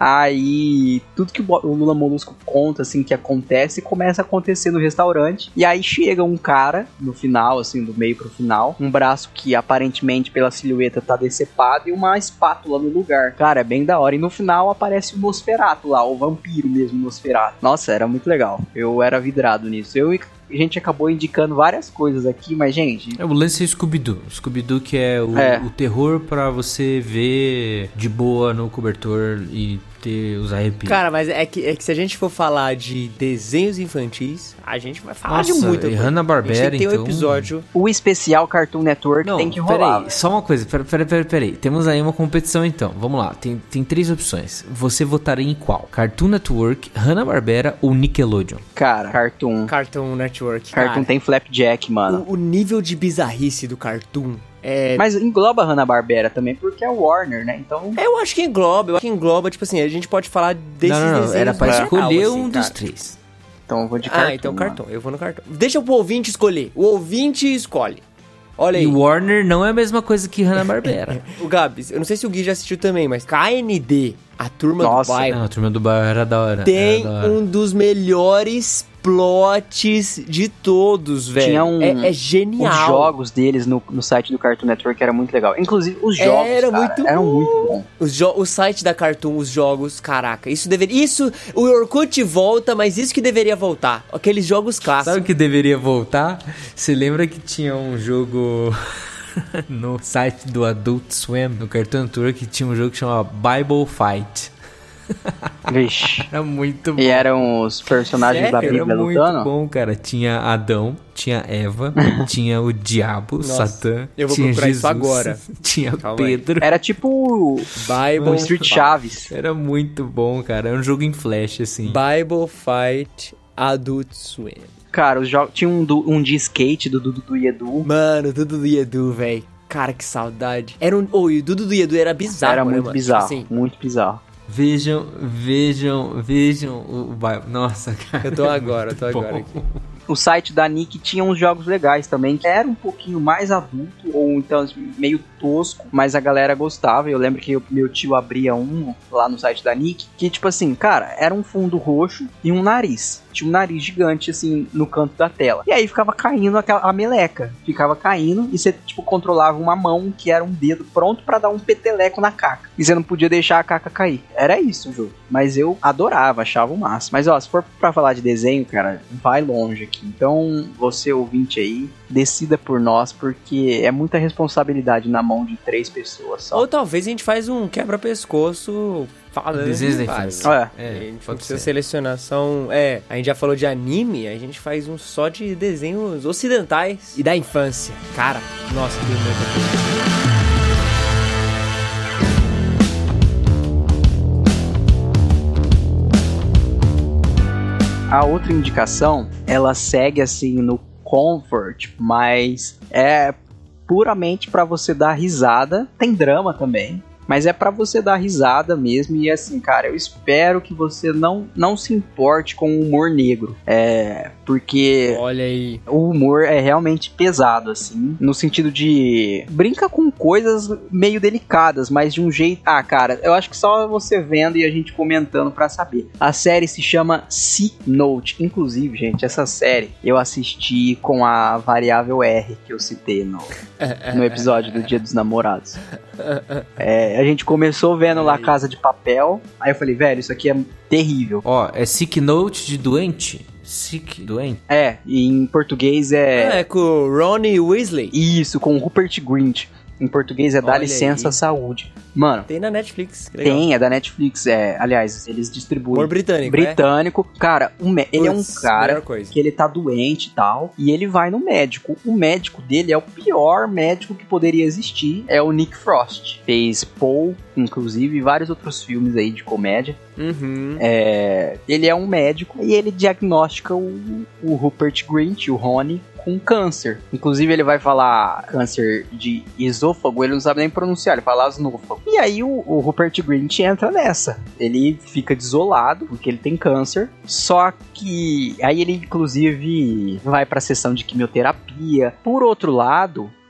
Aí tudo que o, Bo... o Lula Molusco conta, assim, que acontece, começa a acontecer no restaurante. E aí chega um cara, no final, assim, do meio pro final, um braço que aparentemente pela silhueta tá decepado e uma espátula no lugar. Cara, é bem da hora. E no final aparece o Nosferatu lá, o vampiro mesmo, Nosferatu. Nossa, era muito legal. Eu era vidrado nisso. Eu e a gente acabou indicando várias coisas aqui, mas, gente... É o lance é Scooby-Doo. Scooby-Doo que é o, É. o terror pra você ver de boa no cobertor e ter os arrepios. Cara, mas é que, é que se a gente for falar de desenhos infantis, a gente vai falar Nossa, de muita e coisa. Hanna-Barbera, A gente tem então- um episódio... O especial Cartoon Network Não, tem que rolar. peraí, só uma coisa, peraí, peraí, peraí, peraí. Temos aí uma competição então, vamos lá, tem, tem três opções. Você votaria em qual? Cartoon Network, Hanna-Barbera ou Nickelodeon? Cara, Cartoon. Cartoon Network, Cartoon cara. tem Flapjack, mano. O, o nível de bizarrice do Cartoon é... Mas engloba a Hanna-Barbera também, porque é Warner, né? Então... Eu acho que engloba, eu acho que engloba, tipo assim, a gente pode falar desses não, não, não, desenhos era pra no geral, escolher assim, um cara. dos três. Então eu vou de Cartoon. Ah, então mano. Cartoon, eu vou no Cartoon. Deixa o ouvinte escolher, o ouvinte escolhe. Olha aí. E Warner não é a mesma coisa que Hanna-Barbera. O Gabs, eu não sei se o Gui já assistiu também, mas K N D, a Turma Nossa, do Bairro, Não, a Turma do Bairro era da hora. tem era da hora. um dos melhores plots de todos, velho. Tinha um- É, é genial. Os jogos deles no, no site do Cartoon Network era muito legal. Inclusive, os jogos, Era cara, muito eram bom. muito bons. Os jo- o site da Cartoon, os jogos, caraca, isso deveria... Isso, o Orkut volta, mas isso que deveria voltar. Aqueles jogos clássicos. Sabe o que deveria voltar? Você lembra que tinha um jogo no site do Adult Swim, no Cartoon Network, que tinha um jogo que chamava Bible Fight. Vixe. Era muito bom. E eram os personagens da Sério? Bíblia Era muito lutando. bom, cara. Tinha Adão, tinha Eva, tinha o diabo, Nossa, Satã, eu vou tinha procurar isso Jesus, agora. tinha Calma aí. Pedro. Era tipo Bible um Street Chaves. Era muito bom, cara. Era um jogo em flash, assim. Bible Fight Adult Swim. Cara, os jogos tinha um, do- um de skate do Dudu do Edu. Mano, Dudu do Edu, velho. Cara, que saudade. Era um... Oh, e o Dudu do Edu era bizarro, Era né, muito mano? bizarro, Tipo assim, muito bizarro. Vejam, vejam, vejam o Bible. Nossa, cara. eu tô agora, eu tô Bom. agora aqui. O site da Nick tinha uns jogos legais também, que era um pouquinho mais adulto, ou então meio tosco, mas a galera gostava. Eu lembro que o meu tio abria um lá no site da Nick, que tipo assim, cara, era um fundo roxo e um nariz. Tinha um nariz gigante, assim, no canto da tela. E aí ficava caindo aquela, a meleca. Ficava caindo e você, tipo, controlava uma mão que era um dedo pronto pra dar um peteleco na caca. E você não podia deixar a caca cair. Era isso o jogo. Mas eu adorava, achava o máximo. Mas, ó, se for pra falar de desenho, cara, vai longe aqui. Então, você ouvinte aí, decida por nós, porque é muita responsabilidade na mão de três pessoas só. Ou talvez a gente faz um quebra-pescoço falando. Desenhos de da vários. infância. É. A É, gente não pode precisa ser. selecionar, são... É, a gente já falou de anime, a gente faz um só de desenhos ocidentais e da infância. Cara, nossa, que muito. A outra indicação, ela segue assim no comfort, mas é puramente pra você dar risada. Tem drama também, mas é pra você dar risada mesmo. E assim, cara, eu espero que você não, não se importe com o humor negro. É, porque Olha aí. o humor é realmente pesado, assim, no sentido de brinca com coisas meio delicadas, mas de um jeito... Ah, cara, eu acho que só você vendo e a gente comentando pra saber. A série se chama Sick Note. Inclusive, gente, essa série eu assisti com a variável R que eu citei no, no episódio do Dia dos Namorados. É, a gente começou vendo lá Casa de Papel, aí eu falei, velho, isso aqui é terrível. Ó, é Sick Note de doente? Sick, doente? É, e em português é... É, com o Ronnie Weasley. Isso, com o Rupert Grint. Em português é Dá Olha Licença aí. Saúde. Mano, Tem na Netflix. Que legal. tem, é da Netflix. É, aliás, eles distribuem. Humor britânico, Britânico. Cara, o me- ele é um Putz, cara melhor coisa. que ele tá doente e tal. E ele vai no médico. O médico dele é o pior médico que poderia existir. É o Nick Frost. Fez Paul, inclusive, e vários outros filmes aí de comédia. Uhum. É, ele é um médico e ele diagnostica o, o Rupert Grint, o Rony, com câncer. Inclusive ele vai falar câncer de esôfago, ele não sabe nem pronunciar, ele fala esôfago. E aí o, o Rupert Grint entra nessa. Ele fica desolado porque ele tem câncer, só que aí ele inclusive vai pra sessão de quimioterapia. Por outro lado,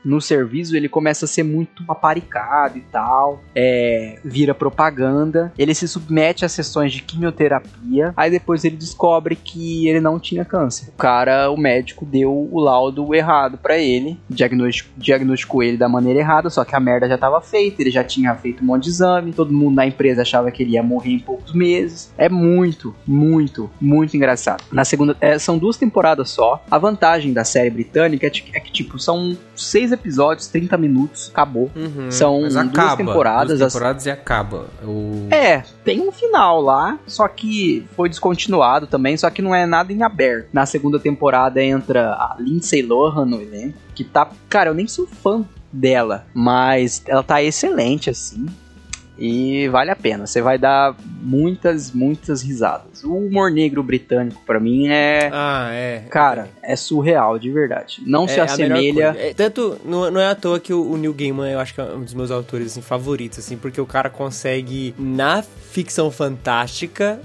no serviço, ele começa a ser muito paparicado e tal, é, vira propaganda, ele se submete a sessões de quimioterapia, aí depois ele descobre que ele não tinha câncer. O cara, o médico deu o laudo errado pra ele, diagnosticou, diagnosticou ele da maneira errada, só que a merda já tava feita, ele já tinha feito um monte de exame, todo mundo na empresa achava que ele ia morrer em poucos meses. É muito, muito, muito engraçado. Na segunda, é, são duas temporadas só. A vantagem da série britânica é, é que, tipo, são seis episódios, trinta minutos, acabou. Uhum, são duas acaba, temporadas. Duas temporadas as... e acaba. O... É, tem um final lá, só que foi descontinuado também, só que não é nada em aberto. Na segunda temporada entra a Lindsay Lohan no elenco, que tá... Cara, eu nem sou fã dela, mas ela tá excelente, assim. E vale a pena, você vai dar muitas, muitas risadas. O humor negro britânico, pra mim, é... Ah, é. Cara, é surreal, de verdade. Não é se assemelha... É, tanto, não, não é à toa que o, o Neil Gaiman, eu acho que é um dos meus autores, assim, favoritos, assim, porque o cara consegue, na ficção fantástica...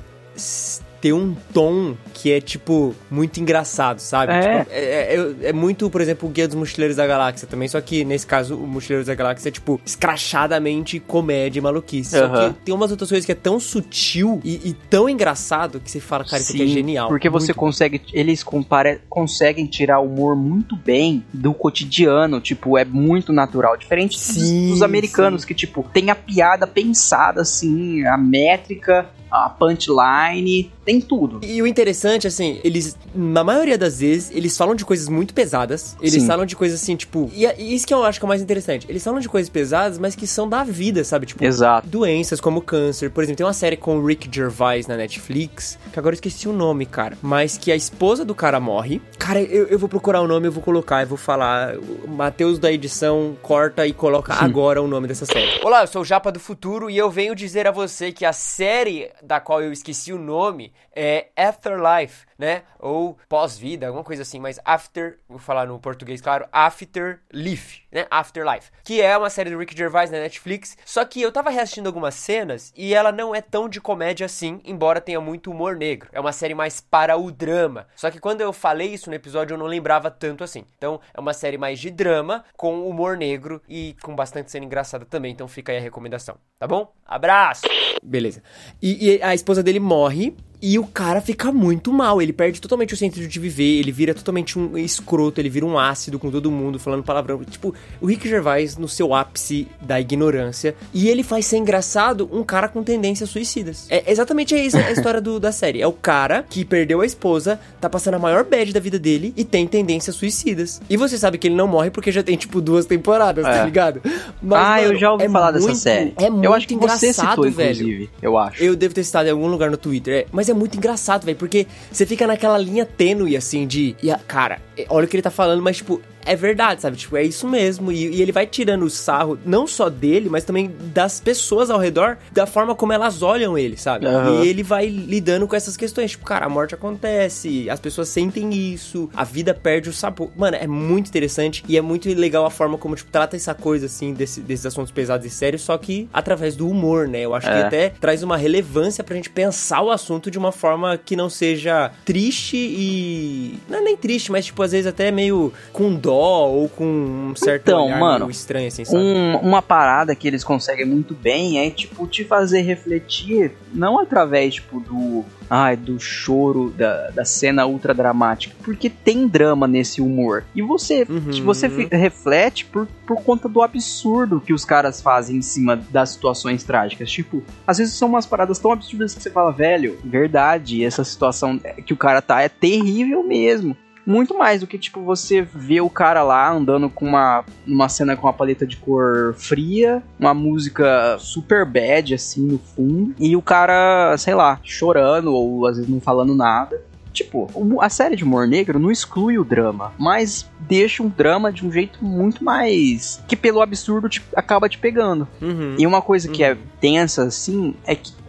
ter um tom que é, tipo, muito engraçado, sabe? É. Tipo, é, é, é muito, por exemplo, o Guia dos Mochileiros da Galáxia também, só que, nesse caso, o Mochileiros da Galáxia é, tipo, escrachadamente comédia e maluquice. Uhum. Só que tem umas outras coisas que é tão sutil e, e tão engraçado que você fala, cara, isso Sim, aqui é genial. Porque você muito consegue, bom. Eles compare, conseguem tirar o humor muito bem do cotidiano, tipo, é muito natural. Diferente sim, dos, dos americanos, sim. que, tipo, tem a piada pensada, assim, a métrica... a punchline, tem tudo. E o interessante, assim, eles, na maioria das vezes, eles falam de coisas muito pesadas. Eles Sim. falam de coisas assim, tipo... E, e isso que eu acho que é o mais interessante. Eles falam de coisas pesadas, mas que são da vida, sabe? Tipo, Exato. Doenças como câncer. Por exemplo, tem uma série com o Rick Gervais na Netflix, que agora eu esqueci o nome, cara. Mas que a esposa do cara morre. Cara, eu, eu vou procurar o nome, eu vou colocar, eu vou falar. O Matheus da edição corta e coloca Sim. agora o nome dessa série. Olá, eu sou o Japa do Futuro e eu venho dizer a você que a série... da qual eu esqueci o nome, é Afterlife, né? Ou pós-vida, alguma coisa assim, mas After, vou falar no português, claro, Afterlife, né? Afterlife, que é uma série do Rick Gervais na Netflix, só que eu tava reassistindo algumas cenas e ela não é tão de comédia assim, embora tenha muito humor negro. É uma série mais para o drama. Só que quando eu falei isso no episódio, eu não lembrava tanto assim. Então, é uma série mais de drama, com humor negro e com bastante cena engraçada também. Então, fica aí a recomendação, tá bom? Abraço! Beleza. E, e a esposa dele morre e o cara fica muito mal. Ele perde totalmente o sentido de viver. Ele vira totalmente um escroto. Ele vira um ácido com todo mundo, falando palavrão. Tipo, o Rick Gervais no seu ápice da ignorância. E ele faz ser engraçado um cara com tendências suicidas. É exatamente isso a história do, da série. É o cara que perdeu a esposa, tá passando a maior bad da vida dele e tem tendências suicidas. E você sabe que ele não morre porque já tem, tipo, duas temporadas, é. tá ligado? Mas, ah, mano, eu já ouvi é falar muito, dessa série. É muito eu acho que engraçado, você citou, velho. Inclusive, eu acho. Eu devo ter citado em algum lugar no Twitter. É, mas é muito engraçado, velho, porque você fica naquela linha tênue, assim, de... E a, cara, olha o que ele tá falando, mas, tipo... É verdade, sabe? Tipo, é isso mesmo. E, e ele vai tirando o sarro, não só dele, mas também das pessoas ao redor, da forma como elas olham ele, sabe? Uhum. E ele vai lidando com essas questões. Tipo, cara, a morte acontece, as pessoas sentem isso, a vida perde o sabor. Mano, é muito interessante e é muito legal a forma como, tipo, trata essa coisa, assim, desse, desses assuntos pesados e sérios, só que através do humor, né? Eu acho é. que até traz uma relevância pra gente pensar o assunto de uma forma que não seja triste e... Não é nem triste, mas, tipo, às vezes até meio com dó ou com um certo então, olhar mano, meio estranho, assim, sabe? Um, uma parada que eles conseguem muito bem é, tipo, te fazer refletir, não através, tipo, do... Ai, do choro, da, da cena ultra dramática. Porque tem drama nesse humor. E você, uhum. você reflete por, por conta do absurdo que os caras fazem em cima das situações trágicas. Tipo, às vezes são umas paradas tão absurdas que você fala, velho, verdade, essa situação que o cara tá é terrível mesmo. Muito mais do que, tipo, você vê o cara lá andando com uma, uma cena com uma paleta de cor fria, uma música super bad, assim, no fundo, e o cara, sei lá, chorando ou às vezes não falando nada. Tipo, a série de humor negro não exclui o drama, mas deixa um drama de um jeito muito mais... que pelo absurdo te, acaba te pegando. Uhum. E uma coisa uhum. que é tensa, assim, é que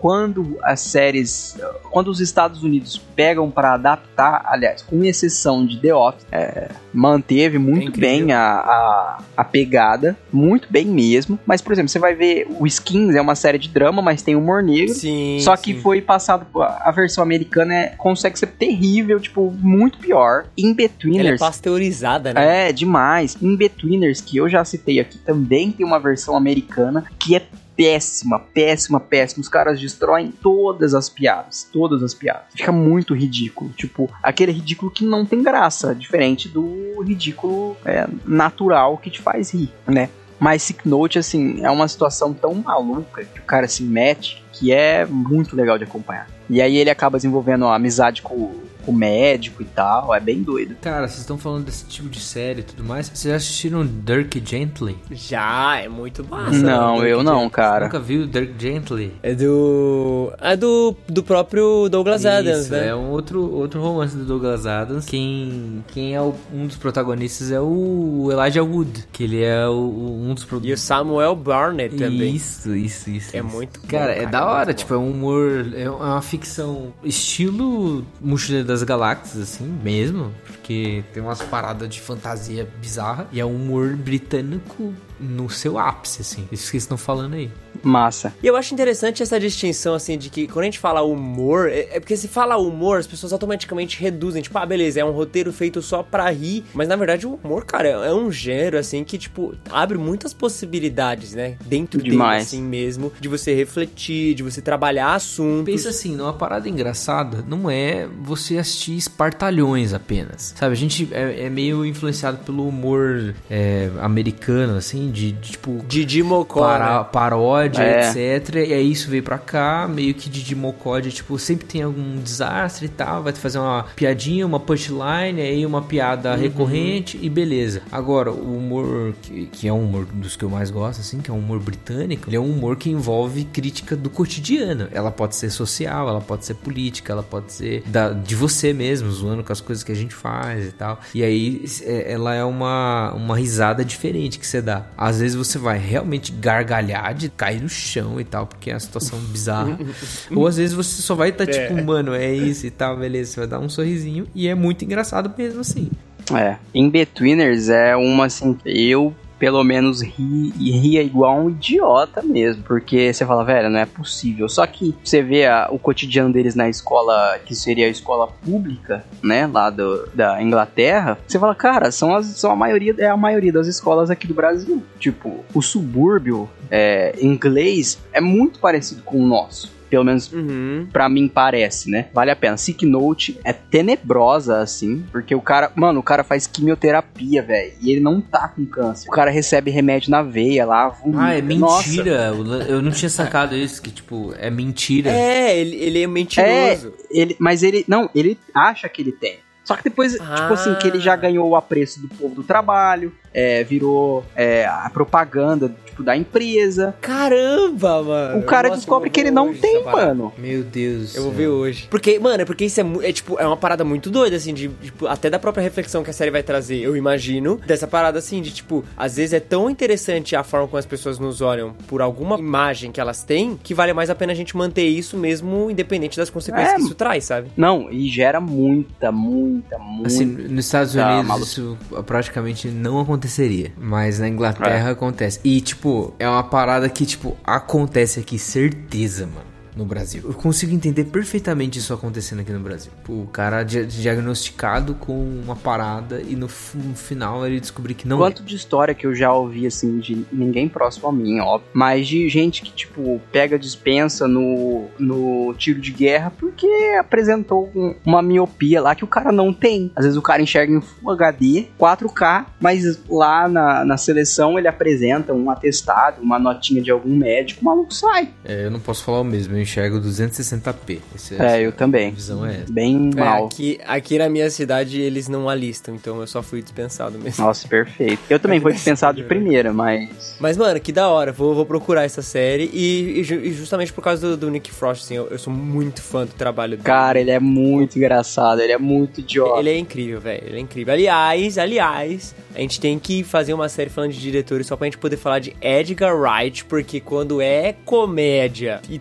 quando as séries, quando os Estados Unidos pegam pra adaptar, aliás, com exceção de The Office, é, manteve muito é bem a, a, a pegada, muito bem mesmo. Mas, por exemplo, você vai ver o Skins, é uma série de drama, mas tem humor negro. Sim, só que sim. foi passado, a versão americana é, consegue ser terrível, tipo, muito pior. In-Betweeners. Ela é pasteurizada, né? É, demais. In-Betweeners, que eu já citei aqui, também tem uma versão americana que é péssima, péssima, péssima. Os caras destroem todas as piadas, todas as piadas. Fica muito ridículo, tipo, aquele ridículo que não tem graça, diferente do ridículo é, natural que te faz rir, né? Mas Sick Note, assim, é uma situação tão maluca que o cara se mete que é muito legal de acompanhar. E aí ele acaba desenvolvendo uma amizade com o médico e tal, é bem doido. Cara, vocês estão falando desse tipo de série e tudo mais. Vocês já assistiram Dirk Gently? Já, é muito massa. Não, né? eu não, cara. Você nunca viu Dirk Gently? É do... É do, do próprio Douglas Isso, Adams, né? É um outro, outro romance do Douglas Adams. Quem, quem é o, um dos protagonistas é o Elijah Wood, que ele é o, um dos... Pro... E o Samuel Barnett também. Isso, isso, isso. É isso. muito bom, cara, cara, é da é hora, muito tipo, é um humor, é uma ficção estilo Mochileiro das Galáxias, assim, mesmo, porque tem umas paradas de fantasia bizarra e é um humor britânico no seu ápice, assim. Isso que eles estão falando aí. Massa. E eu acho interessante essa distinção, assim, de que quando a gente fala humor, é, é porque se fala humor, as pessoas automaticamente reduzem, tipo, ah, beleza, é um roteiro feito só pra rir, mas na verdade o humor, cara, é, é um gênero, assim, que, tipo, abre muitas possibilidades, né, dentro Demais. dele, assim, mesmo, de você refletir, de você trabalhar assuntos. Pensa assim, numa parada engraçada, não é você assistir Espartalhões apenas, sabe? A gente é, é meio influenciado pelo humor é, americano, assim, de, de tipo... Didi Mocó, para, né? paródia, É. etcétera. E aí isso veio pra cá, meio que Didi Mocó, de, tipo, sempre tem algum desastre e tal, vai fazer uma piadinha, uma punchline, aí uma piada Uhum. recorrente e beleza. Agora, o humor, que, que é um humor dos que eu mais gosto, assim, que é um humor britânico, ele é um humor que envolve crítica do cotidiano. Ela pode ser social, ela pode ser política, ela pode ser da, de você mesmo, zoando com as coisas que a gente faz e tal. E aí, é, ela é uma, uma risada diferente que você dá. Às vezes você vai realmente gargalhar de cair no chão e tal, porque é uma situação bizarra. Ou às vezes você só vai estar tá, tipo, mano, é isso e tal, beleza. Você vai dar um sorrisinho e é muito engraçado mesmo assim. É. In-Betweeners é uma, assim, eu... pelo menos ri, e ria igual um idiota mesmo, porque você fala, velho, não é possível. Só que você vê a, o cotidiano deles na escola, que seria a escola pública, né, lá do, da Inglaterra, você fala, cara, são, as, são a maioria, é a maioria das escolas aqui do Brasil. Tipo, o subúrbio é, inglês é muito parecido com o nosso. Pelo menos Uhum. pra mim parece, né? Vale a pena. Sick Note é tenebrosa, assim, porque o cara... Mano, o cara faz quimioterapia, velho, e ele não tá com câncer. O cara recebe remédio na veia lá, vomita. Ah, é Nossa. mentira. Eu não tinha sacado isso, que, tipo, é mentira. É, ele, ele é É, mentiroso. ele, mas ele... Não, ele acha que ele tem. Só que depois, Ah. tipo assim, que ele já ganhou o apreço do povo do trabalho, é, virou é, a propaganda, tipo, da empresa. Caramba, mano. O cara Nossa, descobre eu vou que ele ver não hoje tem, essa parada. mano. Meu Deus. Eu vou ver hoje. Porque, mano, é porque isso é, mu- é, tipo, é uma parada muito doida, assim, de, tipo, até da própria reflexão que a série vai trazer, eu imagino, dessa parada, assim, de, tipo, às vezes é tão interessante a forma como as pessoas nos olham por alguma imagem que elas têm, que vale mais a pena a gente manter isso mesmo, independente das consequências É. que isso traz, sabe? Não, e gera muita, muita, muita... Assim, nos Estados Tá, Unidos maluco. isso praticamente não aconteceria, mas na Inglaterra acontece. E, tipo, é uma parada que, tipo, acontece aqui, certeza, mano. No Brasil. Eu consigo entender perfeitamente isso acontecendo aqui no Brasil. O cara di- diagnosticado com uma parada e no, f- no final ele descobrir que não Quanto de história que eu já ouvi, assim, de ninguém próximo a mim, óbvio, mas de gente que, tipo, pega dispensa no, no tiro de guerra porque apresentou um- uma miopia lá que o cara não tem. Às vezes o cara enxerga em Full H D, quatro K, mas lá na, na seleção ele apresenta um atestado, uma notinha de algum médico, o maluco sai. é. É, eu não posso falar o mesmo, eu enxergo duzentos e sessenta p. Esse, É, eu também. A visão é essa. Bem É, mal. aqui, aqui na minha cidade eles não alistam, então eu só fui dispensado mesmo. Nossa, perfeito. Eu também fui dispensado de primeira, mas... Mas, mano, que da hora. Vou, vou procurar essa série. E, e ju- e justamente por causa do, do Nick Frost, assim, eu, eu sou muito fã do trabalho dele. Cara, ele é muito engraçado, ele é muito idiota. Ele é incrível, velho. Ele é incrível. Aliás, aliás, a gente tem que fazer uma série falando de diretores só pra gente poder falar de Edgar Wright, porque quando é comédia e também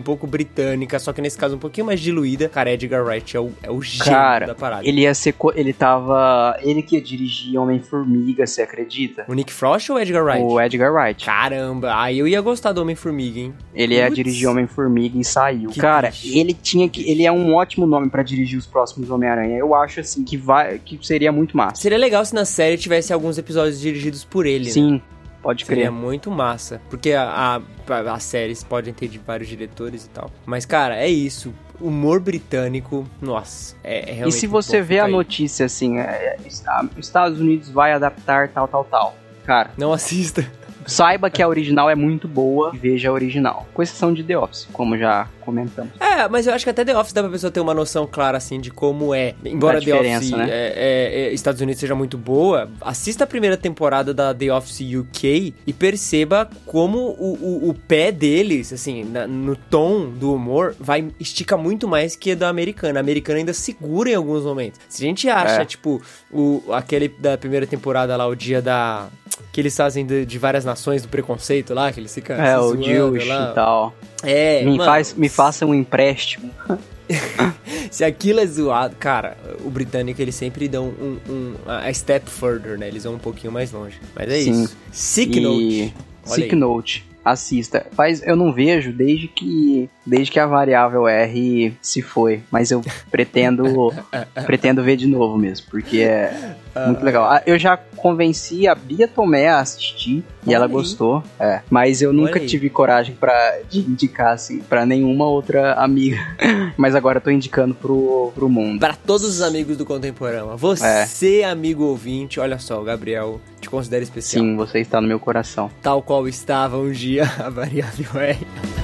pouco britânica, só que nesse caso um pouquinho mais diluída. Cara, Edgar Wright é o, é o gênio Cara, da parada. ele ia ser... Co- ele tava... Ele que ia dirigir Homem-Formiga, você acredita? O Nick Frost ou o Edgar Wright? O Edgar Wright. Caramba, aí eu ia gostar do Homem-Formiga, hein? Ele ia Putz. dirigir Homem-Formiga e saiu. Que Cara, triste. ele tinha que... Ele é um ótimo nome pra dirigir os próximos Homem-Aranha. Eu acho, assim, que vai... Que seria muito massa. Seria legal se na série tivesse alguns episódios dirigidos por ele, né? Sim, pode Seria crer. muito massa. Porque a, a, as séries podem ter de vários diretores e tal. Mas, cara, é isso. Humor britânico, nossa, é, é realmente E se você bom vê a ficar aí. notícia, assim, é, está- Estados Unidos vai adaptar tal, tal, tal. Cara, Não assista. saiba que a original é muito boa e veja a original. Com exceção de The Office, como já comentamos. É, mas eu acho que até The Office dá pra pessoa ter uma noção clara, assim, de como é. Embora Da The Office diferença, né? é, é, é, Estados Unidos seja muito boa, assista a primeira temporada da The Office U K e perceba como o, o, o pé deles, assim, na- no tom do humor, vai estica muito mais que da americana. A americana ainda segura em alguns momentos. Se a gente acha, É. tipo, o, aquele da primeira temporada lá, o dia da... que eles fazem de, de várias nações do preconceito lá, que eles ficam É, se o zoando Jewish lá. e tal. É, me, mano, faz, me faça um empréstimo. se aquilo é zoado, cara, o britânico eles sempre dão um, um a step further, né? Eles vão um pouquinho mais longe. Mas é Sim. isso. Sick E... Note. Olha Sick aí. Note. Assista. Faz, eu não vejo desde que desde que a variável R se foi, mas eu pretendo pretendo ver de novo mesmo, porque é muito legal. Ah, eu já convenci a Bia Tomé a assistir e Olha ela aí. gostou, é, mas eu nunca Olha aí. tive coragem pra, de indicar assim pra nenhuma outra amiga. Mas agora eu tô indicando pro, pro mundo. Para todos os amigos do Contemporâneo. Você, amigo ouvinte, olha só, o Gabriel te considera especial. Sim, você está no meu coração. Tal qual estava um dia a variável R.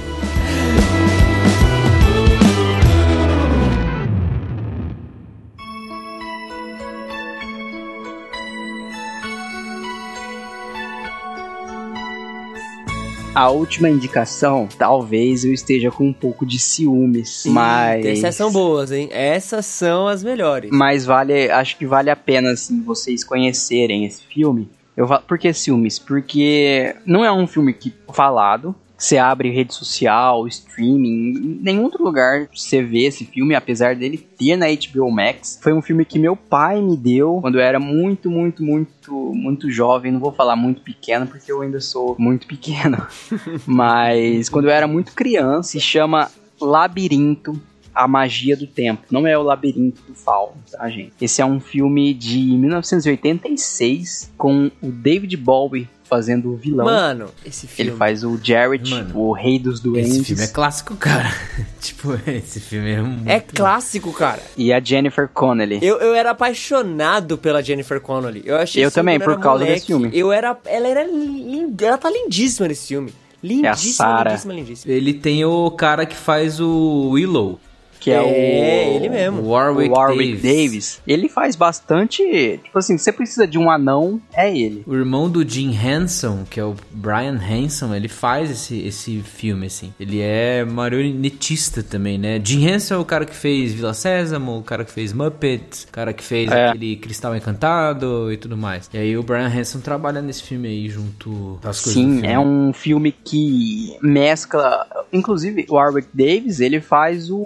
A última indicação, talvez eu esteja com um pouco de ciúmes, mas... Essas são boas, hein? Essas são as melhores. Mas vale, acho que vale a pena, assim, vocês conhecerem esse filme. Eu falo, por que ciúmes? Porque não é um filme que falado. Você abre rede social, streaming, em nenhum outro lugar você vê esse filme, apesar dele ter na H B O Max. Foi um filme que meu pai me deu quando eu era muito, muito, muito, muito jovem. Não vou falar muito pequeno, porque eu ainda sou muito pequeno. Mas quando eu era muito criança, se chama Labirinto, a Magia do Tempo. Não é o Labirinto do Fauno, tá, gente? Esse é um filme de mil novecentos e oitenta e seis com o David Bowie fazendo o vilão. Mano, esse filme... Ele faz o Jared, Mano, o rei dos duendes. Esse filme é clássico, cara. Tipo, esse filme é muito... É clássico, cara. E a Jennifer Connelly. Eu, eu era apaixonado pela Jennifer Connelly. Eu achei Eu esse filme também, quando por era causa moleque. desse filme. Eu era... Ela era linda. Ela tá lindíssima nesse filme. Lindíssima, Sarah. lindíssima, lindíssima. Ele tem o cara que faz o Willow. Que é, É, o... ele mesmo. O Warwick, o Warwick Davis. Davis. Ele faz bastante... Tipo assim, você precisa de um anão, é ele. O irmão do Jim Henson, que é o Brian Henson, ele faz esse, esse filme, assim. Ele é marionetista também, né? Jim Henson é o cara que fez Vila Sésamo, o cara que fez Muppets, o cara que fez É. aquele Cristal Encantado e tudo mais. E aí o Brian Henson trabalha nesse filme aí, junto às coisas do Sim, filme. é um filme que mescla... Inclusive, o Warwick Davis, ele faz o...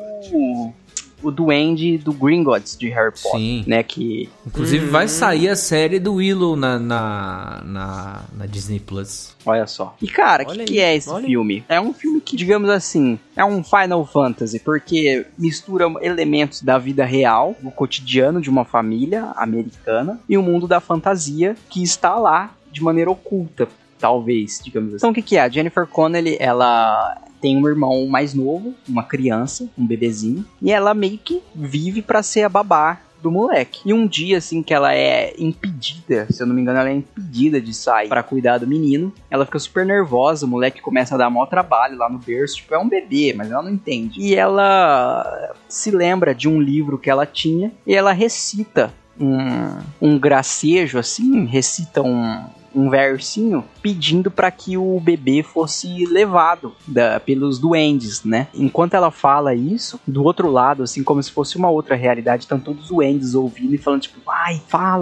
O duende do Gringotts de Harry Potter, Sim. né? Que Inclusive vai sair a série do Willow na, na, na, na Disney Plus. olha só. E cara, o que, Olha que aí, é esse olha aí. filme? É um filme que, digamos assim, é um Final Fantasy, porque mistura elementos da vida real, do cotidiano de uma família americana, e o mundo da fantasia que está lá de maneira oculta, talvez, digamos assim. Então o que, que é? A Jennifer Connelly, ela tem um irmão mais novo, uma criança, um bebezinho, e ela meio que vive pra ser a babá do moleque. E um dia, assim, que ela é impedida, se eu não me engano, ela é impedida de sair pra cuidar do menino, ela fica super nervosa, o moleque começa a dar maior trabalho lá no berço, tipo, é um bebê, mas ela não entende. E ela se lembra de um livro que ela tinha, e ela recita um, um gracejo, assim, recita um... um versinho pedindo para que o bebê fosse levado da, pelos duendes, né? Enquanto ela fala isso, do outro lado, assim, como se fosse uma outra realidade, estão todos os duendes ouvindo e falando, tipo, vai, fala,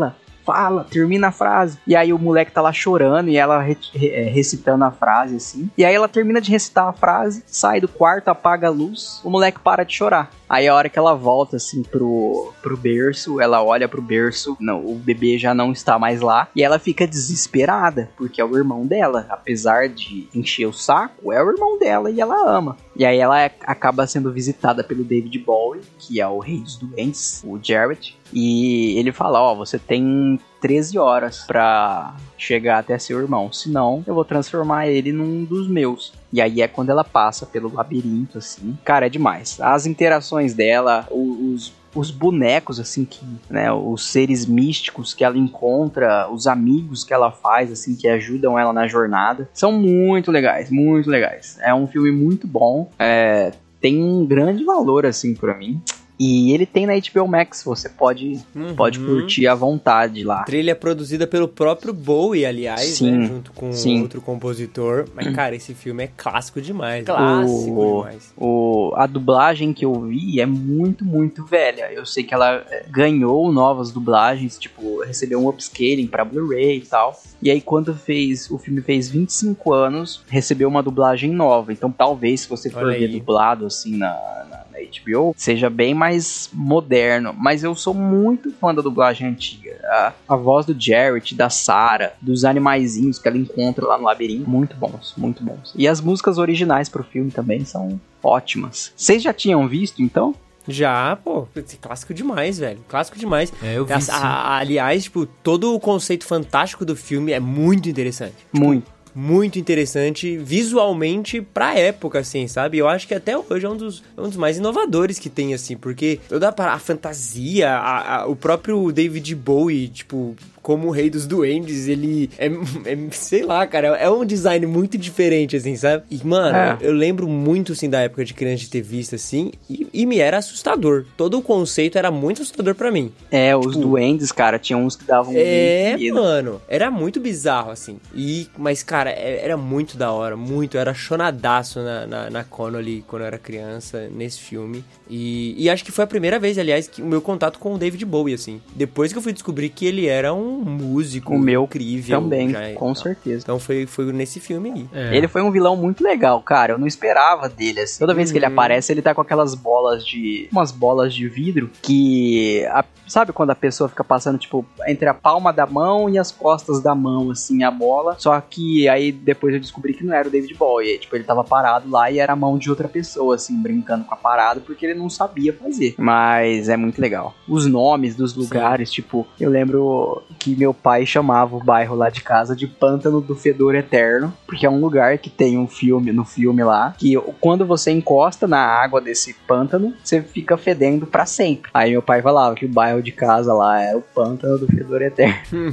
fala, termina a frase. E aí o moleque tá lá chorando e ela re- re- recitando a frase, assim. E aí ela termina de recitar a frase, sai do quarto, apaga a luz, o moleque para de chorar. Aí a hora que ela volta, assim, pro, pro berço, ela olha pro berço, não, o bebê já não está mais lá, e ela fica desesperada, porque é o irmão dela. Apesar de encher o saco, é o irmão dela e ela ama. E aí ela é, acaba sendo visitada pelo David Bowie, que é o rei dos doentes, o Jared, e ele fala, ó, você tem treze horas pra chegar até seu irmão, senão eu vou transformar ele num dos meus. E aí é quando ela passa pelo labirinto, assim. Cara, é demais. As interações dela, os, os bonecos, assim, que, né, os seres místicos que ela encontra, os amigos que ela faz, assim, que ajudam ela na jornada, são muito legais, muito legais. É um filme muito bom, é, tem um grande valor, assim, pra mim. E ele tem na H B O Max, você pode, uhum. pode curtir à vontade lá. Trilha produzida pelo próprio Bowie, aliás, sim, né, junto com sim. outro compositor. Mas, cara, esse filme é clássico demais. Clássico o, demais. O, a dublagem que eu vi é muito, muito velha. Eu sei que ela ganhou novas dublagens, tipo, recebeu um upscaling pra Blu-ray e tal. E aí, quando fez, o filme fez vinte e cinco anos, recebeu uma dublagem nova. Então, talvez, se você for ver dublado, assim, na, na, na H B O, seja bem mais moderno. Mas eu sou muito fã da dublagem antiga. A, a voz do Jarrett, da Sarah, dos animaizinhos que ela encontra lá no labirinto, muito bons, muito bons. E as músicas originais pro filme também são ótimas. Vocês já tinham visto, então? Já, pô, clássico demais, velho. Clássico demais. É, eu vi, a, a, aliás, tipo, todo o conceito fantástico do filme é muito interessante. Muito. Tipo, muito interessante visualmente pra época, assim, sabe? Eu acho que até hoje é um dos, um dos mais inovadores que tem, assim, porque toda a, a fantasia, a, a, o próprio David Bowie, tipo, como o rei dos duendes, ele é, é, sei lá, cara, é um design muito diferente, assim, sabe? E, mano, é. eu lembro muito, assim, da época de criança de ter visto, assim, e, e me era assustador. Todo o conceito era muito assustador pra mim. É, tipo, os duendes, cara, tinham uns que davam É, medo. mano, era muito bizarro, assim. E, mas, cara, era muito da hora, muito. Eu era chonadaço na, na, na Connolly quando eu era criança, nesse filme. E, e acho que foi a primeira vez, aliás, que o meu contato com o David Bowie, assim. Depois que eu fui descobrir que ele era um músico o meu incrível. Também, já, com então. certeza. Então foi, foi nesse filme aí. É. Ele foi um vilão muito legal, cara. Eu não esperava dele, assim. Toda vez uhum. que ele aparece, ele tá com aquelas bolas de... umas bolas de vidro que... A, sabe quando a pessoa fica passando, tipo, entre a palma da mão e as costas da mão, assim, a bola. Só que aí depois eu descobri que não era o David Bowie. Tipo, ele tava parado lá e era a mão de outra pessoa, assim, brincando com a parada, porque ele não sabia fazer. Mas é muito legal. Os nomes dos lugares, Sim. tipo, eu lembro que meu pai chamava o bairro lá de casa de Pântano do Fedor Eterno, porque é um lugar que tem um filme, no filme lá, que quando você encosta na água desse pântano, você fica fedendo pra sempre. Aí meu pai falava que o bairro de casa lá era o Pântano do Fedor Eterno.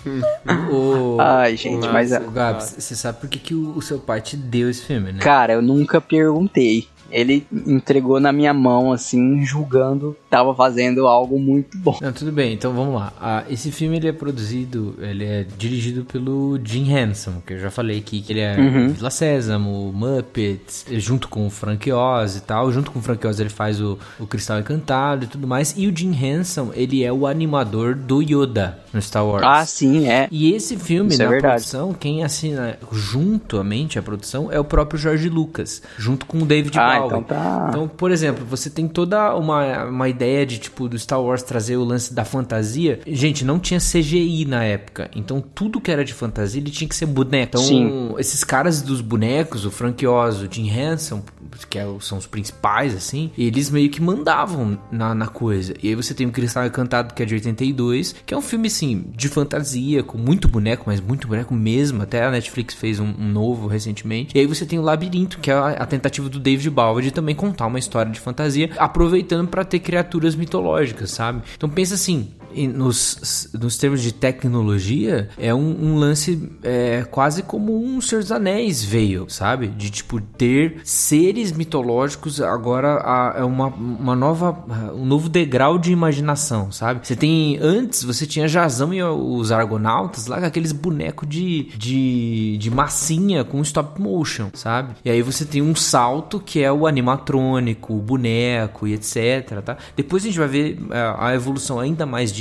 o, Ai, gente, o, mas... O Gabs, você sabe por que, que o, o seu pai te deu esse filme, né? Cara, eu nunca perguntei. Ele entregou na minha mão, assim, julgando, tava fazendo algo muito bom. Não, tudo bem, então vamos lá. Ah, esse filme, ele é produzido, ele é dirigido pelo Jim Henson, que eu já falei aqui, que ele é uhum. Vila Sésamo, Muppets, junto com o Frank Oz e tal. Junto com o Frank Oz ele faz o, o Cristal Encantado e tudo mais. E o Jim Henson, ele é o animador do Yoda no Star Wars. Ah, sim, é. E esse filme, Isso na é produção, quem assina juntamente a produção é o próprio George Lucas, junto com o David Bowie. Ah, então tá. Então, por exemplo, você tem toda uma, uma ideia de, tipo, do Star Wars trazer o lance da fantasia. Gente, não tinha C G I na época. Então, tudo que era de fantasia, ele tinha que ser boneco. Então, Sim. esses caras dos bonecos, o Frank Oz, o Jim Henson, que é, são os principais, assim, eles meio que mandavam na, na coisa. E aí você tem o Cristal Encantado, que é de oitenta e dois, que é um filme, assim, de fantasia, com muito boneco, mas muito boneco mesmo. Até a Netflix fez um, um novo recentemente. E aí você tem o Labirinto, que é a, a tentativa do David Bowie de também contar uma história de fantasia, aproveitando para ter criaturas mitológicas, sabe? Então pensa assim, nos, nos termos de tecnologia, é um, um lance é, quase como um Senhor dos Anéis veio, sabe? De tipo ter seres mitológicos agora a, é uma, uma nova, um novo degrau de imaginação, sabe? Você tem, antes você tinha Jazão e os Argonautas lá com aqueles bonecos de, de, de massinha com stop motion, sabe? E aí você tem um salto que é o animatrônico, o boneco e etc, tá? Depois a gente vai ver a, a evolução ainda mais disso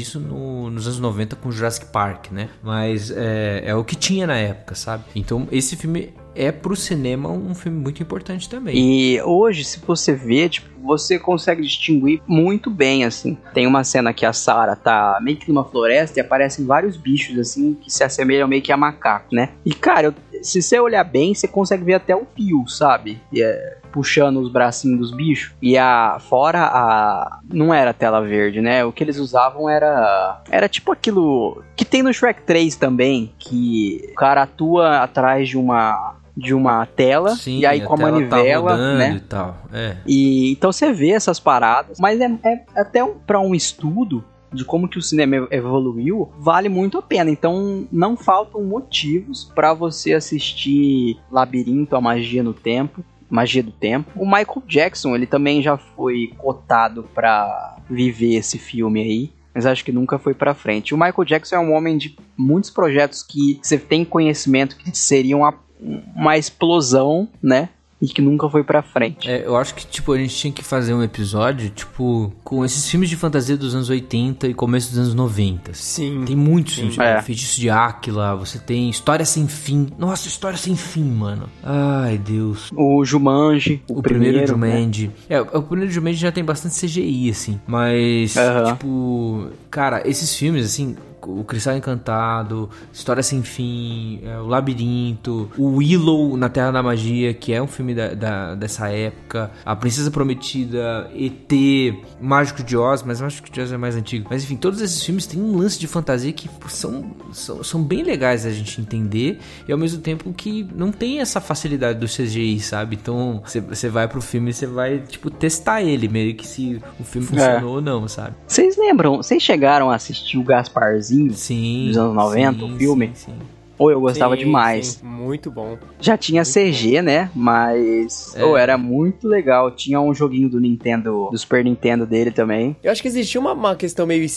disso no, nos anos noventa com Jurassic Park, né? Mas é, é o que tinha na época, sabe? Então esse filme é pro cinema um filme muito importante também. E hoje, se você vê, tipo, você consegue distinguir muito bem, assim. Tem uma cena que a Sarah tá meio que numa floresta e aparecem vários bichos, assim, que se assemelham meio que a macaco, né? E, cara, eu, se você olhar bem, você consegue ver até o fio, sabe? E é... puxando os bracinhos dos bichos. E a fora a não era tela verde, né? O que eles usavam era era tipo aquilo que tem no Shrek três também, que o cara atua atrás de uma de uma tela. Sim, e aí com a manivela, tá né? E tal. É. E então você vê essas paradas, mas é, é até um, para um estudo de como que o cinema evoluiu, vale muito a pena. Então não faltam motivos para você assistir Labirinto, a Magia no Tempo. Magia do Tempo. O Michael Jackson, ele também já foi cotado pra viver esse filme aí, mas acho que nunca foi pra frente. O Michael Jackson é um homem de muitos projetos que você tem conhecimento que seriam uma, uma explosão, né? E que nunca foi pra frente. É, eu acho que, tipo, a gente tinha que fazer um episódio, tipo, com esses filmes de fantasia dos anos oitenta e começo dos anos noventa. Sim. Tem muitos filmes, é. Feitiço de Áquila, você tem História Sem Fim. Nossa, História Sem Fim, mano. Ai, Deus. O Jumanji, o, o primeiro, primeiro Jumanji. Né? É, o primeiro Jumanji já tem bastante C G I, assim. Mas, uhum. tipo, cara, esses filmes, assim... O Cristal Encantado, História Sem Fim, é, O Labirinto, o Willow na Terra da Magia, que é um filme da, da, dessa época, A Princesa Prometida, E T, Mágico de Oz, mas Mágico de Oz é mais antigo. Mas enfim, todos esses filmes têm um lance de fantasia que são, são, são bem legais a gente entender e ao mesmo tempo que não tem essa facilidade do C G I, sabe? Então você vai pro filme e você vai, tipo, testar ele, meio que se o filme funcionou é. ou não, sabe? Vocês lembram, vocês chegaram a assistir o Gasparzinho? Sim, dos anos noventa, sim, o filme? Sim, sim. Ou eu gostava sim, demais. Sim, muito bom. Já tinha muito C G, bom. Né? Mas é. oh, era muito legal. Tinha um joguinho do Nintendo, do Super Nintendo dele também. Eu acho que existia uma, uma questão meio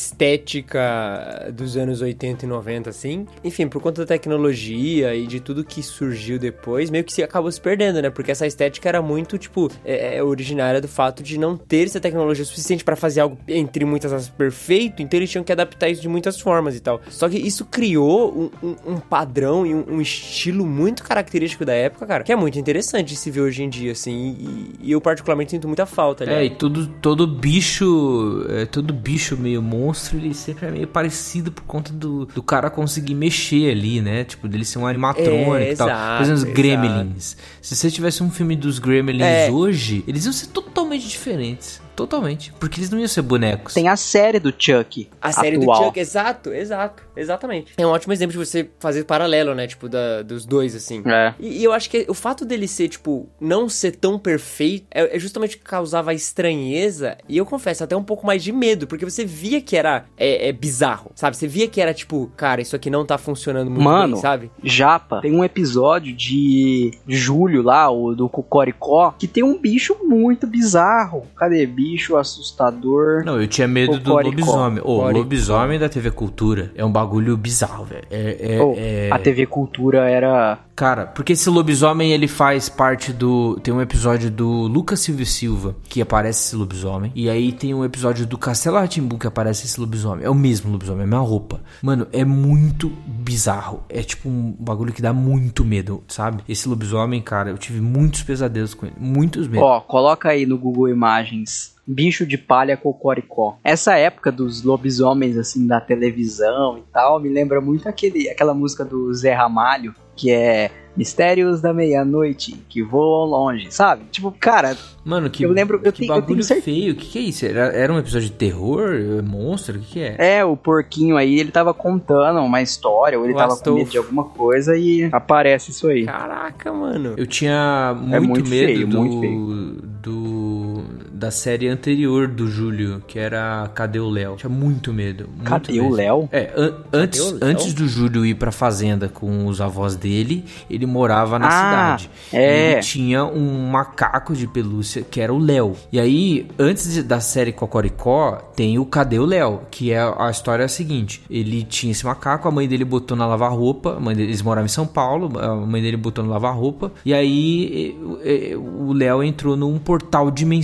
estética dos anos oitenta e noventa, assim. Enfim, por conta da tecnologia e de tudo que surgiu depois, meio que se acabou se perdendo, né? Porque essa estética era muito, tipo, é, é originária do fato de não ter essa tecnologia suficiente pra fazer algo, entre muitas aspas, perfeito. Então eles tinham que adaptar isso de muitas formas e tal. Só que isso criou um, um, um padrão padrão e um, um estilo muito característico da época, cara, que é muito interessante de se ver hoje em dia, assim, e, e eu particularmente sinto muita falta, né? É, e todo, todo bicho, é, todo bicho meio monstro, ele sempre é meio parecido por conta do, do cara conseguir mexer ali, né? Tipo, dele ser um animatrônico é, e tal. Exato, por exemplo, os exato. Gremlins. Se você tivesse um filme dos Gremlins é. hoje, eles iam ser totalmente diferentes. Totalmente. Porque eles não iam ser bonecos. Tem a série do Chuck. A série atual. do Chuck, exato, exato, exatamente. É um ótimo exemplo de você fazer paralelo, né? Tipo, da, dos dois, assim. É. E, e eu acho que o fato dele ser, tipo, não ser tão perfeito é, é justamente o que causava estranheza e eu confesso, até um pouco mais de medo, porque você via que era é, é bizarro, sabe? Você via que era, tipo, cara, isso aqui não tá funcionando muito Mano, bem, sabe? Japa, tem um episódio de julho lá, o do Cocoricó, que tem um bicho muito bizarro. Cadê? Bicho assustador. Não, eu tinha medo Cocoricó. do lobisomem. Ô, oh, lobisomem da T V Cultura é um bagulho bizarro, velho. É, é, oh, é... A T V Cultura era... Cara, porque esse lobisomem, ele faz parte do... Tem um episódio do Lucas Silva e Silva, que aparece esse lobisomem. E aí tem um episódio do Castelo Rá-Tim-Bum, que aparece esse lobisomem. É o mesmo lobisomem, é a mesma roupa. Mano, é muito bizarro. É tipo um bagulho que dá muito medo, sabe? Esse lobisomem, cara, eu tive muitos pesadelos com ele. Muitos medos. Ó, coloca aí no Google Imagens... Bicho de palha Cocoricó. Essa época dos lobisomens, assim, da televisão e tal, me lembra muito aquele, aquela música do Zé Ramalho, que é Mistérios da Meia-Noite, que voam longe, sabe? Tipo, cara... Mano, que, eu lembro, que eu tenho, bagulho eu tenho feio. O que, que é isso? Era, era um episódio de terror? Monstro? O que, que é? É, o porquinho aí, ele tava contando uma história, ou ele o tava Astolfo. com medo de alguma coisa e aparece isso aí. Caraca, mano. Eu tinha muito, é muito medo feio, do, muito feio. do... da série anterior do Júlio, que era Cadê o Léo? Tinha muito medo. Muito Cadê medo. o Léo? É, an- antes, o Léo? antes do Júlio ir pra fazenda com os avós dele, ele morava na ah, cidade. É. E ele tinha um macaco de pelúcia que era o Léo. E aí, antes de, da série Cocoricó, tem o Cadê o Léo? Que é a história é a seguinte: ele tinha esse macaco, a mãe dele botou na lavar-roupa, a mãe dele, eles moravam em São Paulo, a mãe dele botou na lavar-roupa, e aí o Léo entrou num portal dimensional.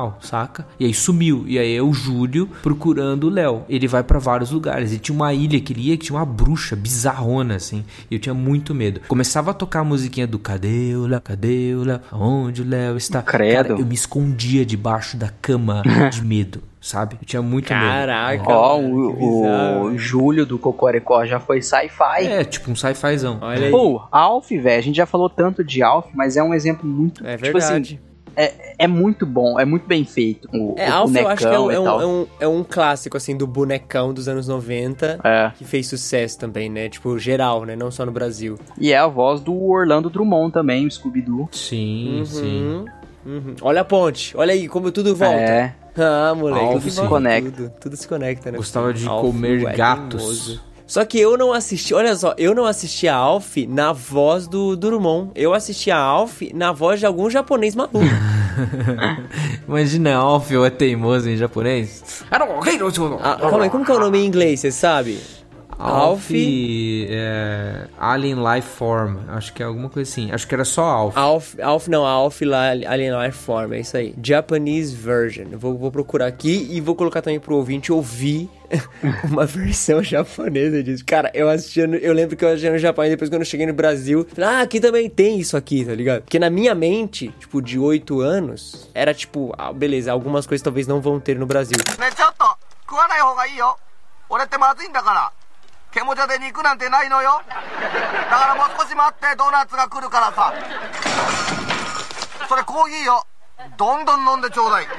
tal, saca? E aí sumiu. E aí é o Júlio procurando o Léo. Ele vai pra vários lugares. E tinha uma ilha que ele ia que tinha uma bruxa bizarrona, assim. E eu tinha muito medo. Começava a tocar a musiquinha do Cadê o Léo? Cadê o Léo? Aonde o Léo está? Credo. Cara, eu me escondia debaixo da cama de medo, sabe? Eu tinha muito Caraca, medo. Ó, mano, o, que bizarro. o Júlio do Cocoricó já foi sci-fi. É, tipo um sci-fizão. Olha aí. Pô, Alf, velho, a gente já falou tanto de Alf, mas é um exemplo muito... É tipo assim, verdade. é, é muito bom, é muito bem feito. O, É, o Alf eu acho que é um, bonecão é, e um, tal. é, um, é um clássico, assim, do bonecão dos anos noventa, É. que fez sucesso também, né? Tipo, geral, né? Não só no Brasil. E é a voz do Orlando Drummond também, o Scooby-Doo. Sim, sim. Uhum, uhum. Olha a ponte, olha aí como tudo volta. É. Ah, moleque, Alf tudo se volta, conecta. Tudo, tudo se conecta, né? Gostava de Alf comer é gatos. teimoso. Só que eu não assisti, olha só, eu não assisti a Alf na voz do Drummond. Eu assisti a Alf na voz de algum japonês maluco. Imagina, Alf ou é teimoso em japonês. Ah, calma aí, como que é o nome em inglês, você sabe? Alf, Alf. é, Alien Life Form. Acho que é alguma coisa assim. Acho que era só Alf. Alf, Alf não, Alf lá, Alien Life Form, é isso aí. Japanese version. Eu vou, vou procurar aqui e vou colocar também pro ouvinte ouvir uma versão japonesa disso. Cara, eu assistia, no, eu lembro que eu assistia no Japão e depois quando eu cheguei no Brasil, falei, ah, aqui também tem isso aqui, tá ligado? Porque na minha mente, tipo, de oito anos, era tipo, ah, beleza, algumas coisas talvez não vão ter no Brasil. ねちょっと食わない方がいいよ俺ってまずいんだからケモジャで肉なんてないのよだからもう少し待ってドーナツが来るからさそれコーヒーよどんどん飲んでちょうだい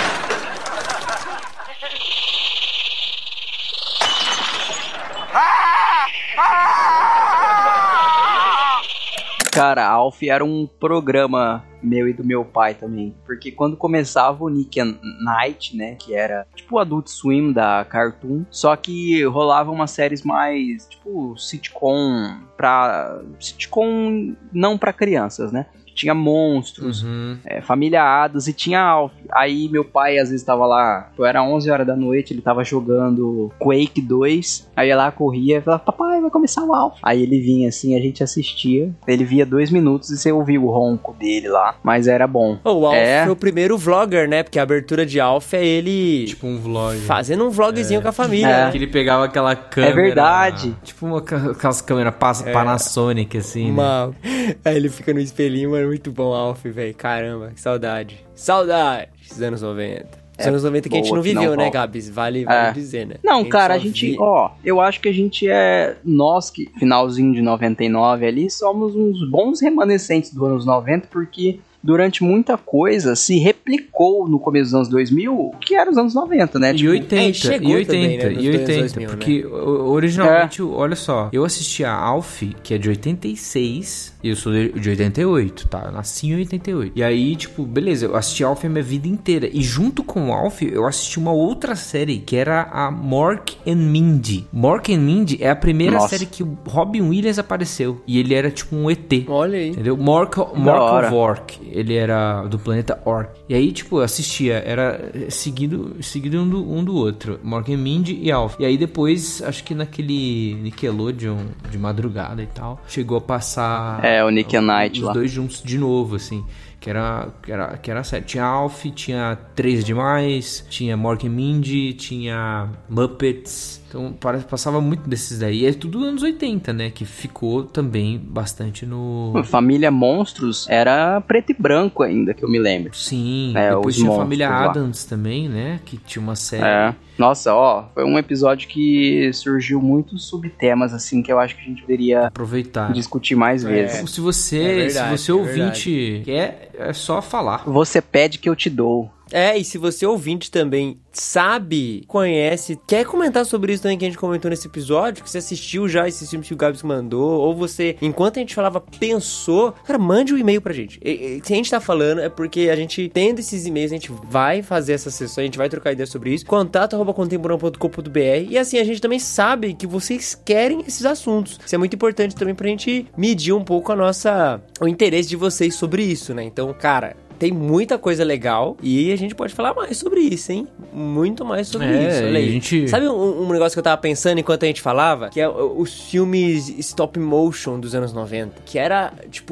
Cara, Alf era um programa meu e do meu pai também. Porque quando começava o Nick at Night, né? Que era tipo o Adult Swim da Cartoon. Só que rolava umas séries mais tipo sitcom pra... Sitcom não pra crianças, né? Tinha Monstros, Uhum. é, Família Addams e tinha Alf. Aí meu pai às vezes tava lá, tipo, era onze horas da noite, ele tava jogando Quake dois. Aí ela corria e falava, papai, vai começar o Alf. Aí ele vinha assim, a gente assistia. Ele via dois minutos e você ouvia o ronco dele lá. Mas era bom. Oh, o Alf é... foi o primeiro vlogger, né? Porque a abertura de Alf é ele Tipo um vlog. fazendo um vlogzinho É. com a família, É. né? Que ele pegava aquela câmera... verdade. Tipo uma, aquelas câmeras pa- Panasonic, assim, né? Uma... Aí ele fica no espelhinho, mano, muito bom Alf, velho. Caramba, que saudade. Saudade dos anos noventa. Os É, anos noventa que a gente boa, não que não viveu, né, volta. Gabs? Vale, vale É. dizer, né? Não, cara, a só gente, vi- ó, eu acho que a gente é, nós que, finalzinho de noventa e nove ali, somos uns bons remanescentes dos anos noventa, porque durante muita coisa se replicou no começo dos anos dois mil, o que era os anos noventa, né? E Tipo, oitenta, é, chegou e oitenta, também, né, nos e dois oitenta, dois mil, porque o- originalmente, olha só, eu assisti a Alf, que é de oitenta e seis, e eu sou de de oitenta e oito, tá? Eu nasci em oitenta e oito. E aí, tipo, beleza, eu assisti Alf a minha vida inteira. E junto com o Alf, eu assisti uma outra série, que era a Mork and Mindy. Mork and Mindy é a primeira Nossa. série que o Robin Williams apareceu. E ele era tipo um E T. Olha aí. Entendeu? Mork, Da Mork hora. of Ork. Ele era do planeta Ork. E aí, tipo, eu assistia. Era eh, seguido, seguido um, do, um do outro. Mork and Mindy e Alf. E aí depois, acho que naquele Nickelodeon de madrugada e tal, chegou a passar... É, o Nick at Night os lá. dois juntos de novo, assim. Que era, que era, que era sério. Tinha Alf, tinha três demais, tinha Mork and Mindy, tinha Muppets. Então parece- passava muito desses daí. E é tudo anos oitenta, né? Que ficou também bastante no... Família Monstros era preto e branco ainda, que eu me lembro. Sim, É, depois os tinha a monstros Família lá. Addams também, né? Que tinha uma série. É. Nossa, ó, foi um episódio que surgiu muitos subtemas, assim, que eu acho que a gente deveria Aproveitar. discutir mais vezes. Então, se você, É verdade, se você é ouvinte quer, é só falar. Você pede que eu te dou. É, e se você ouvinte também sabe, conhece, quer comentar sobre isso também que a gente comentou nesse episódio, que você assistiu já esses filmes que o Gabs mandou, ou você, enquanto a gente falava, pensou, cara, mande um e-mail pra gente. E, e, se a gente tá falando, é porque a gente, tendo esses e-mails, a gente vai fazer essa sessão, a gente vai trocar ideia sobre isso, contato arroba contemporâneo ponto com ponto b r, e assim, a gente também sabe que vocês querem esses assuntos. Isso é muito importante também pra gente medir um pouco a nossa, o interesse de vocês sobre isso, né? Então, cara... Tem muita coisa legal e a gente pode falar mais sobre isso, hein? Muito mais sobre É, isso. Olha e aí. a gente- Sabe um, um negócio que eu tava pensando enquanto a gente falava? Que é o- os filmes stop motion dos anos noventa. Que era, tipo...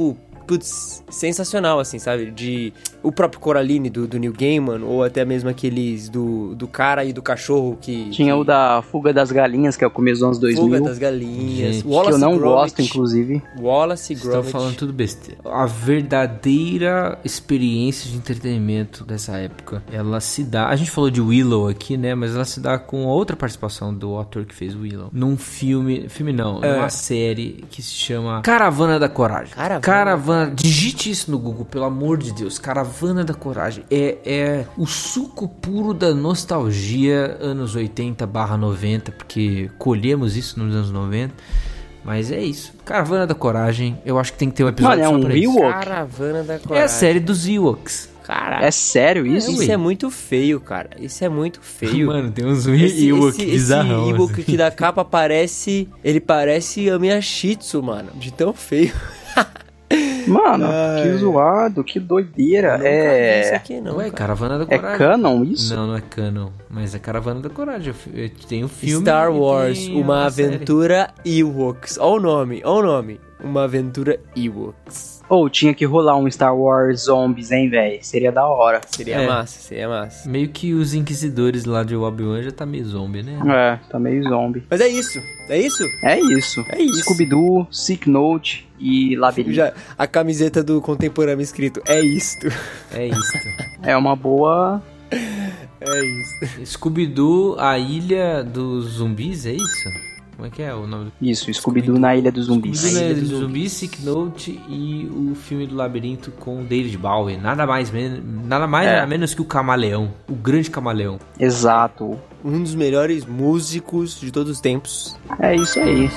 putz, sensacional, assim, sabe? De o próprio Coraline do, do Neil Gaiman, ou até mesmo aqueles do, do cara e do cachorro que... Tinha que... o da Fuga das Galinhas, que é o começo dos anos dois mil. Fuga das Galinhas. Gente, que eu não gosto, inclusive. Wallace e Estão Gromit. falando tudo besteira. A verdadeira experiência de entretenimento dessa época, ela se dá... A gente falou de Willow aqui, né? Mas ela se dá com outra participação do ator que fez Willow. Num filme... Filme não, É. numa série que se chama Caravana da Coragem. Caravana. Caravana... Digite isso no Google, pelo amor de Deus. Caravana da Coragem. É, é o suco puro da nostalgia anos oitenta barra noventa, porque colhemos isso nos anos noventa. Mas é isso. Caravana da Coragem. Eu acho que tem que ter um episódio Mano, é só um pra isso. Ewok? Caravana da Coragem. É a série dos Ewoks. Caralho. É sério isso? Isso é muito feio, cara. Isso é muito feio. Mano, tem uns Esse, Ewok esse, bizarrão. esse Ewok assim. que da capa parece... Ele parece a minha Shih Tzu, mano. De tão feio. Mano, Ai. que zoado, que doideira. Nunca vi isso É. aqui, não, Ué, cara. Caravana da É Coragem. canon isso? Não, não é canon. Mas é Caravana da Coragem. Tem o filme. Star e Wars, tem uma a série. aventura Ewoks. Olha o nome, olha o nome. Uma aventura Ewoks. Ou tinha que rolar um Star Wars Zombies, hein, velho? Seria da hora. Seria É. massa, seria massa. Meio que os inquisidores lá de Obi-Wan já tá meio zombie, né? É, tá meio zombie. Mas é isso, é isso? É isso. É isso. Scooby-Doo, Sick Note e Labirinto. Já, a camiseta do contemporâneo escrito, é isto. É isso. É uma boa... É isso. Scooby-Doo, a Ilha dos Zumbis, é isso? Como é que é o nome do... Isso, Scooby-Doo na Ilha dos Zumbis. Scooby-Doo na Ilha Ilha dos dos Zumbis, Sick Note e o filme do Labirinto com o David Bowie. Nada mais, men- nada mais É. nada menos que o Camaleão. O grande Camaleão. Exato. Um dos melhores músicos de todos os tempos. É isso aí.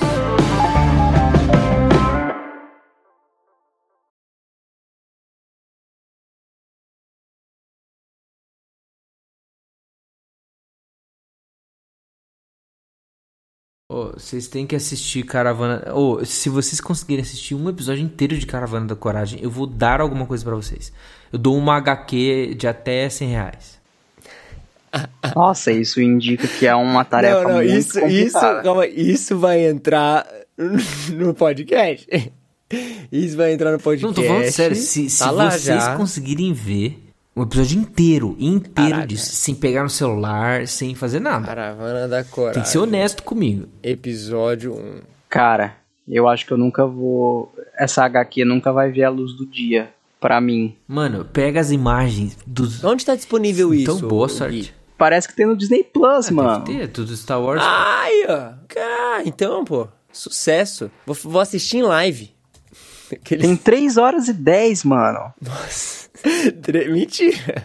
Ô, vocês têm que assistir Caravana... Ô, se vocês conseguirem assistir um episódio inteiro de Caravana da Coragem, eu vou dar alguma coisa pra vocês. Eu dou uma agá quê de até cem reais. Nossa, isso indica que é uma tarefa não, não, muito isso, isso, complicada. calma, isso vai entrar no podcast. Isso vai entrar no podcast. Não, tô falando sério. Se, se Tá lá vocês já. conseguirem ver um episódio inteiro, inteiro Caraca. disso, sem pegar no celular, sem fazer nada. Caravana da Coragem. Tem que ser honesto comigo. Episódio um. Cara, eu acho que eu nunca vou... Essa agá quê nunca vai ver a luz do dia, pra mim. Mano, pega as imagens dos... Onde tá disponível Então, isso? boa Gui? sorte. Parece que tem no Disney Plus, mano. Deve ter, tudo Star Wars. Ai, ó. Cara, então, pô. Sucesso. Vou, vou assistir em live. Aquele... Tem três horas e dez, mano. Nossa. Tre- Mentira.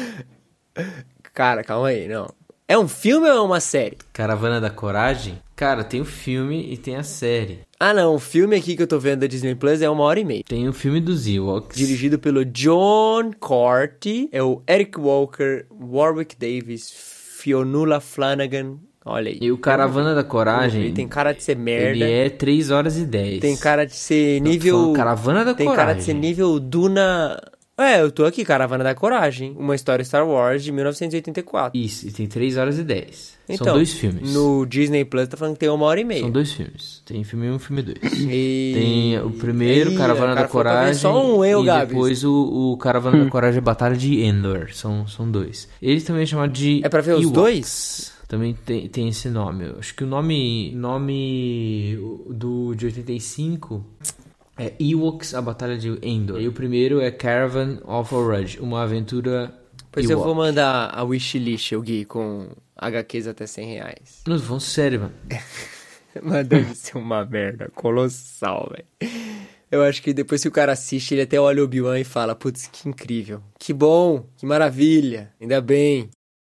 Cara, calma aí, não. É um filme ou é uma série? Caravana da Coragem? Cara, tem o filme e tem a série. Ah, não. O filme aqui que eu tô vendo da Disney Plus é uma hora e meia. Tem o filme dos Ewoks. Dirigido pelo John Corty. É o Eric Walker, Warwick Davis, Fionnuala Flanagan. Olha aí. E o Caravana da Ele Coragem, tem cara de ser merda. ele é três horas e dez. Tem cara de ser tô nível... falando Caravana da Tem Coragem. cara de ser nível Duna... É, eu tô aqui, Caravana da Coragem. Uma história Star Wars de mil novecentos e oitenta e quatro. Isso, e tem três horas e dez. Então, São dois filmes. No Disney Plus tá falando que tem uma hora e meia. São dois filmes. Tem filme um e filme dois. E... Tem o primeiro, Ih, Caravana o cara da falou pra ver Coragem, só um, eu, e Gabs. depois o, o Caravana da Coragem Batalha de Endor. São, são dois. Ele também é chamado de É pra ver os Ewoks. dois? Também tem, tem esse nome. Eu acho que o nome, nome do, de oitenta e cinco é Ewoks, a Batalha de Endor. E o primeiro é Caravan of Courage, uma aventura Pois eu Ewok. vou mandar a wishlist, o Gui, com agá quês até cem reais. Não, vão sério, mano. Mas deve ser uma merda colossal, velho. Eu acho que depois que o cara assiste, ele até olha o Obi-Wan e fala, putz, que incrível. Que bom, que maravilha, ainda bem.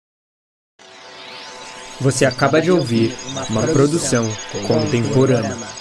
Você acaba de ouvir uma produção contemporânea.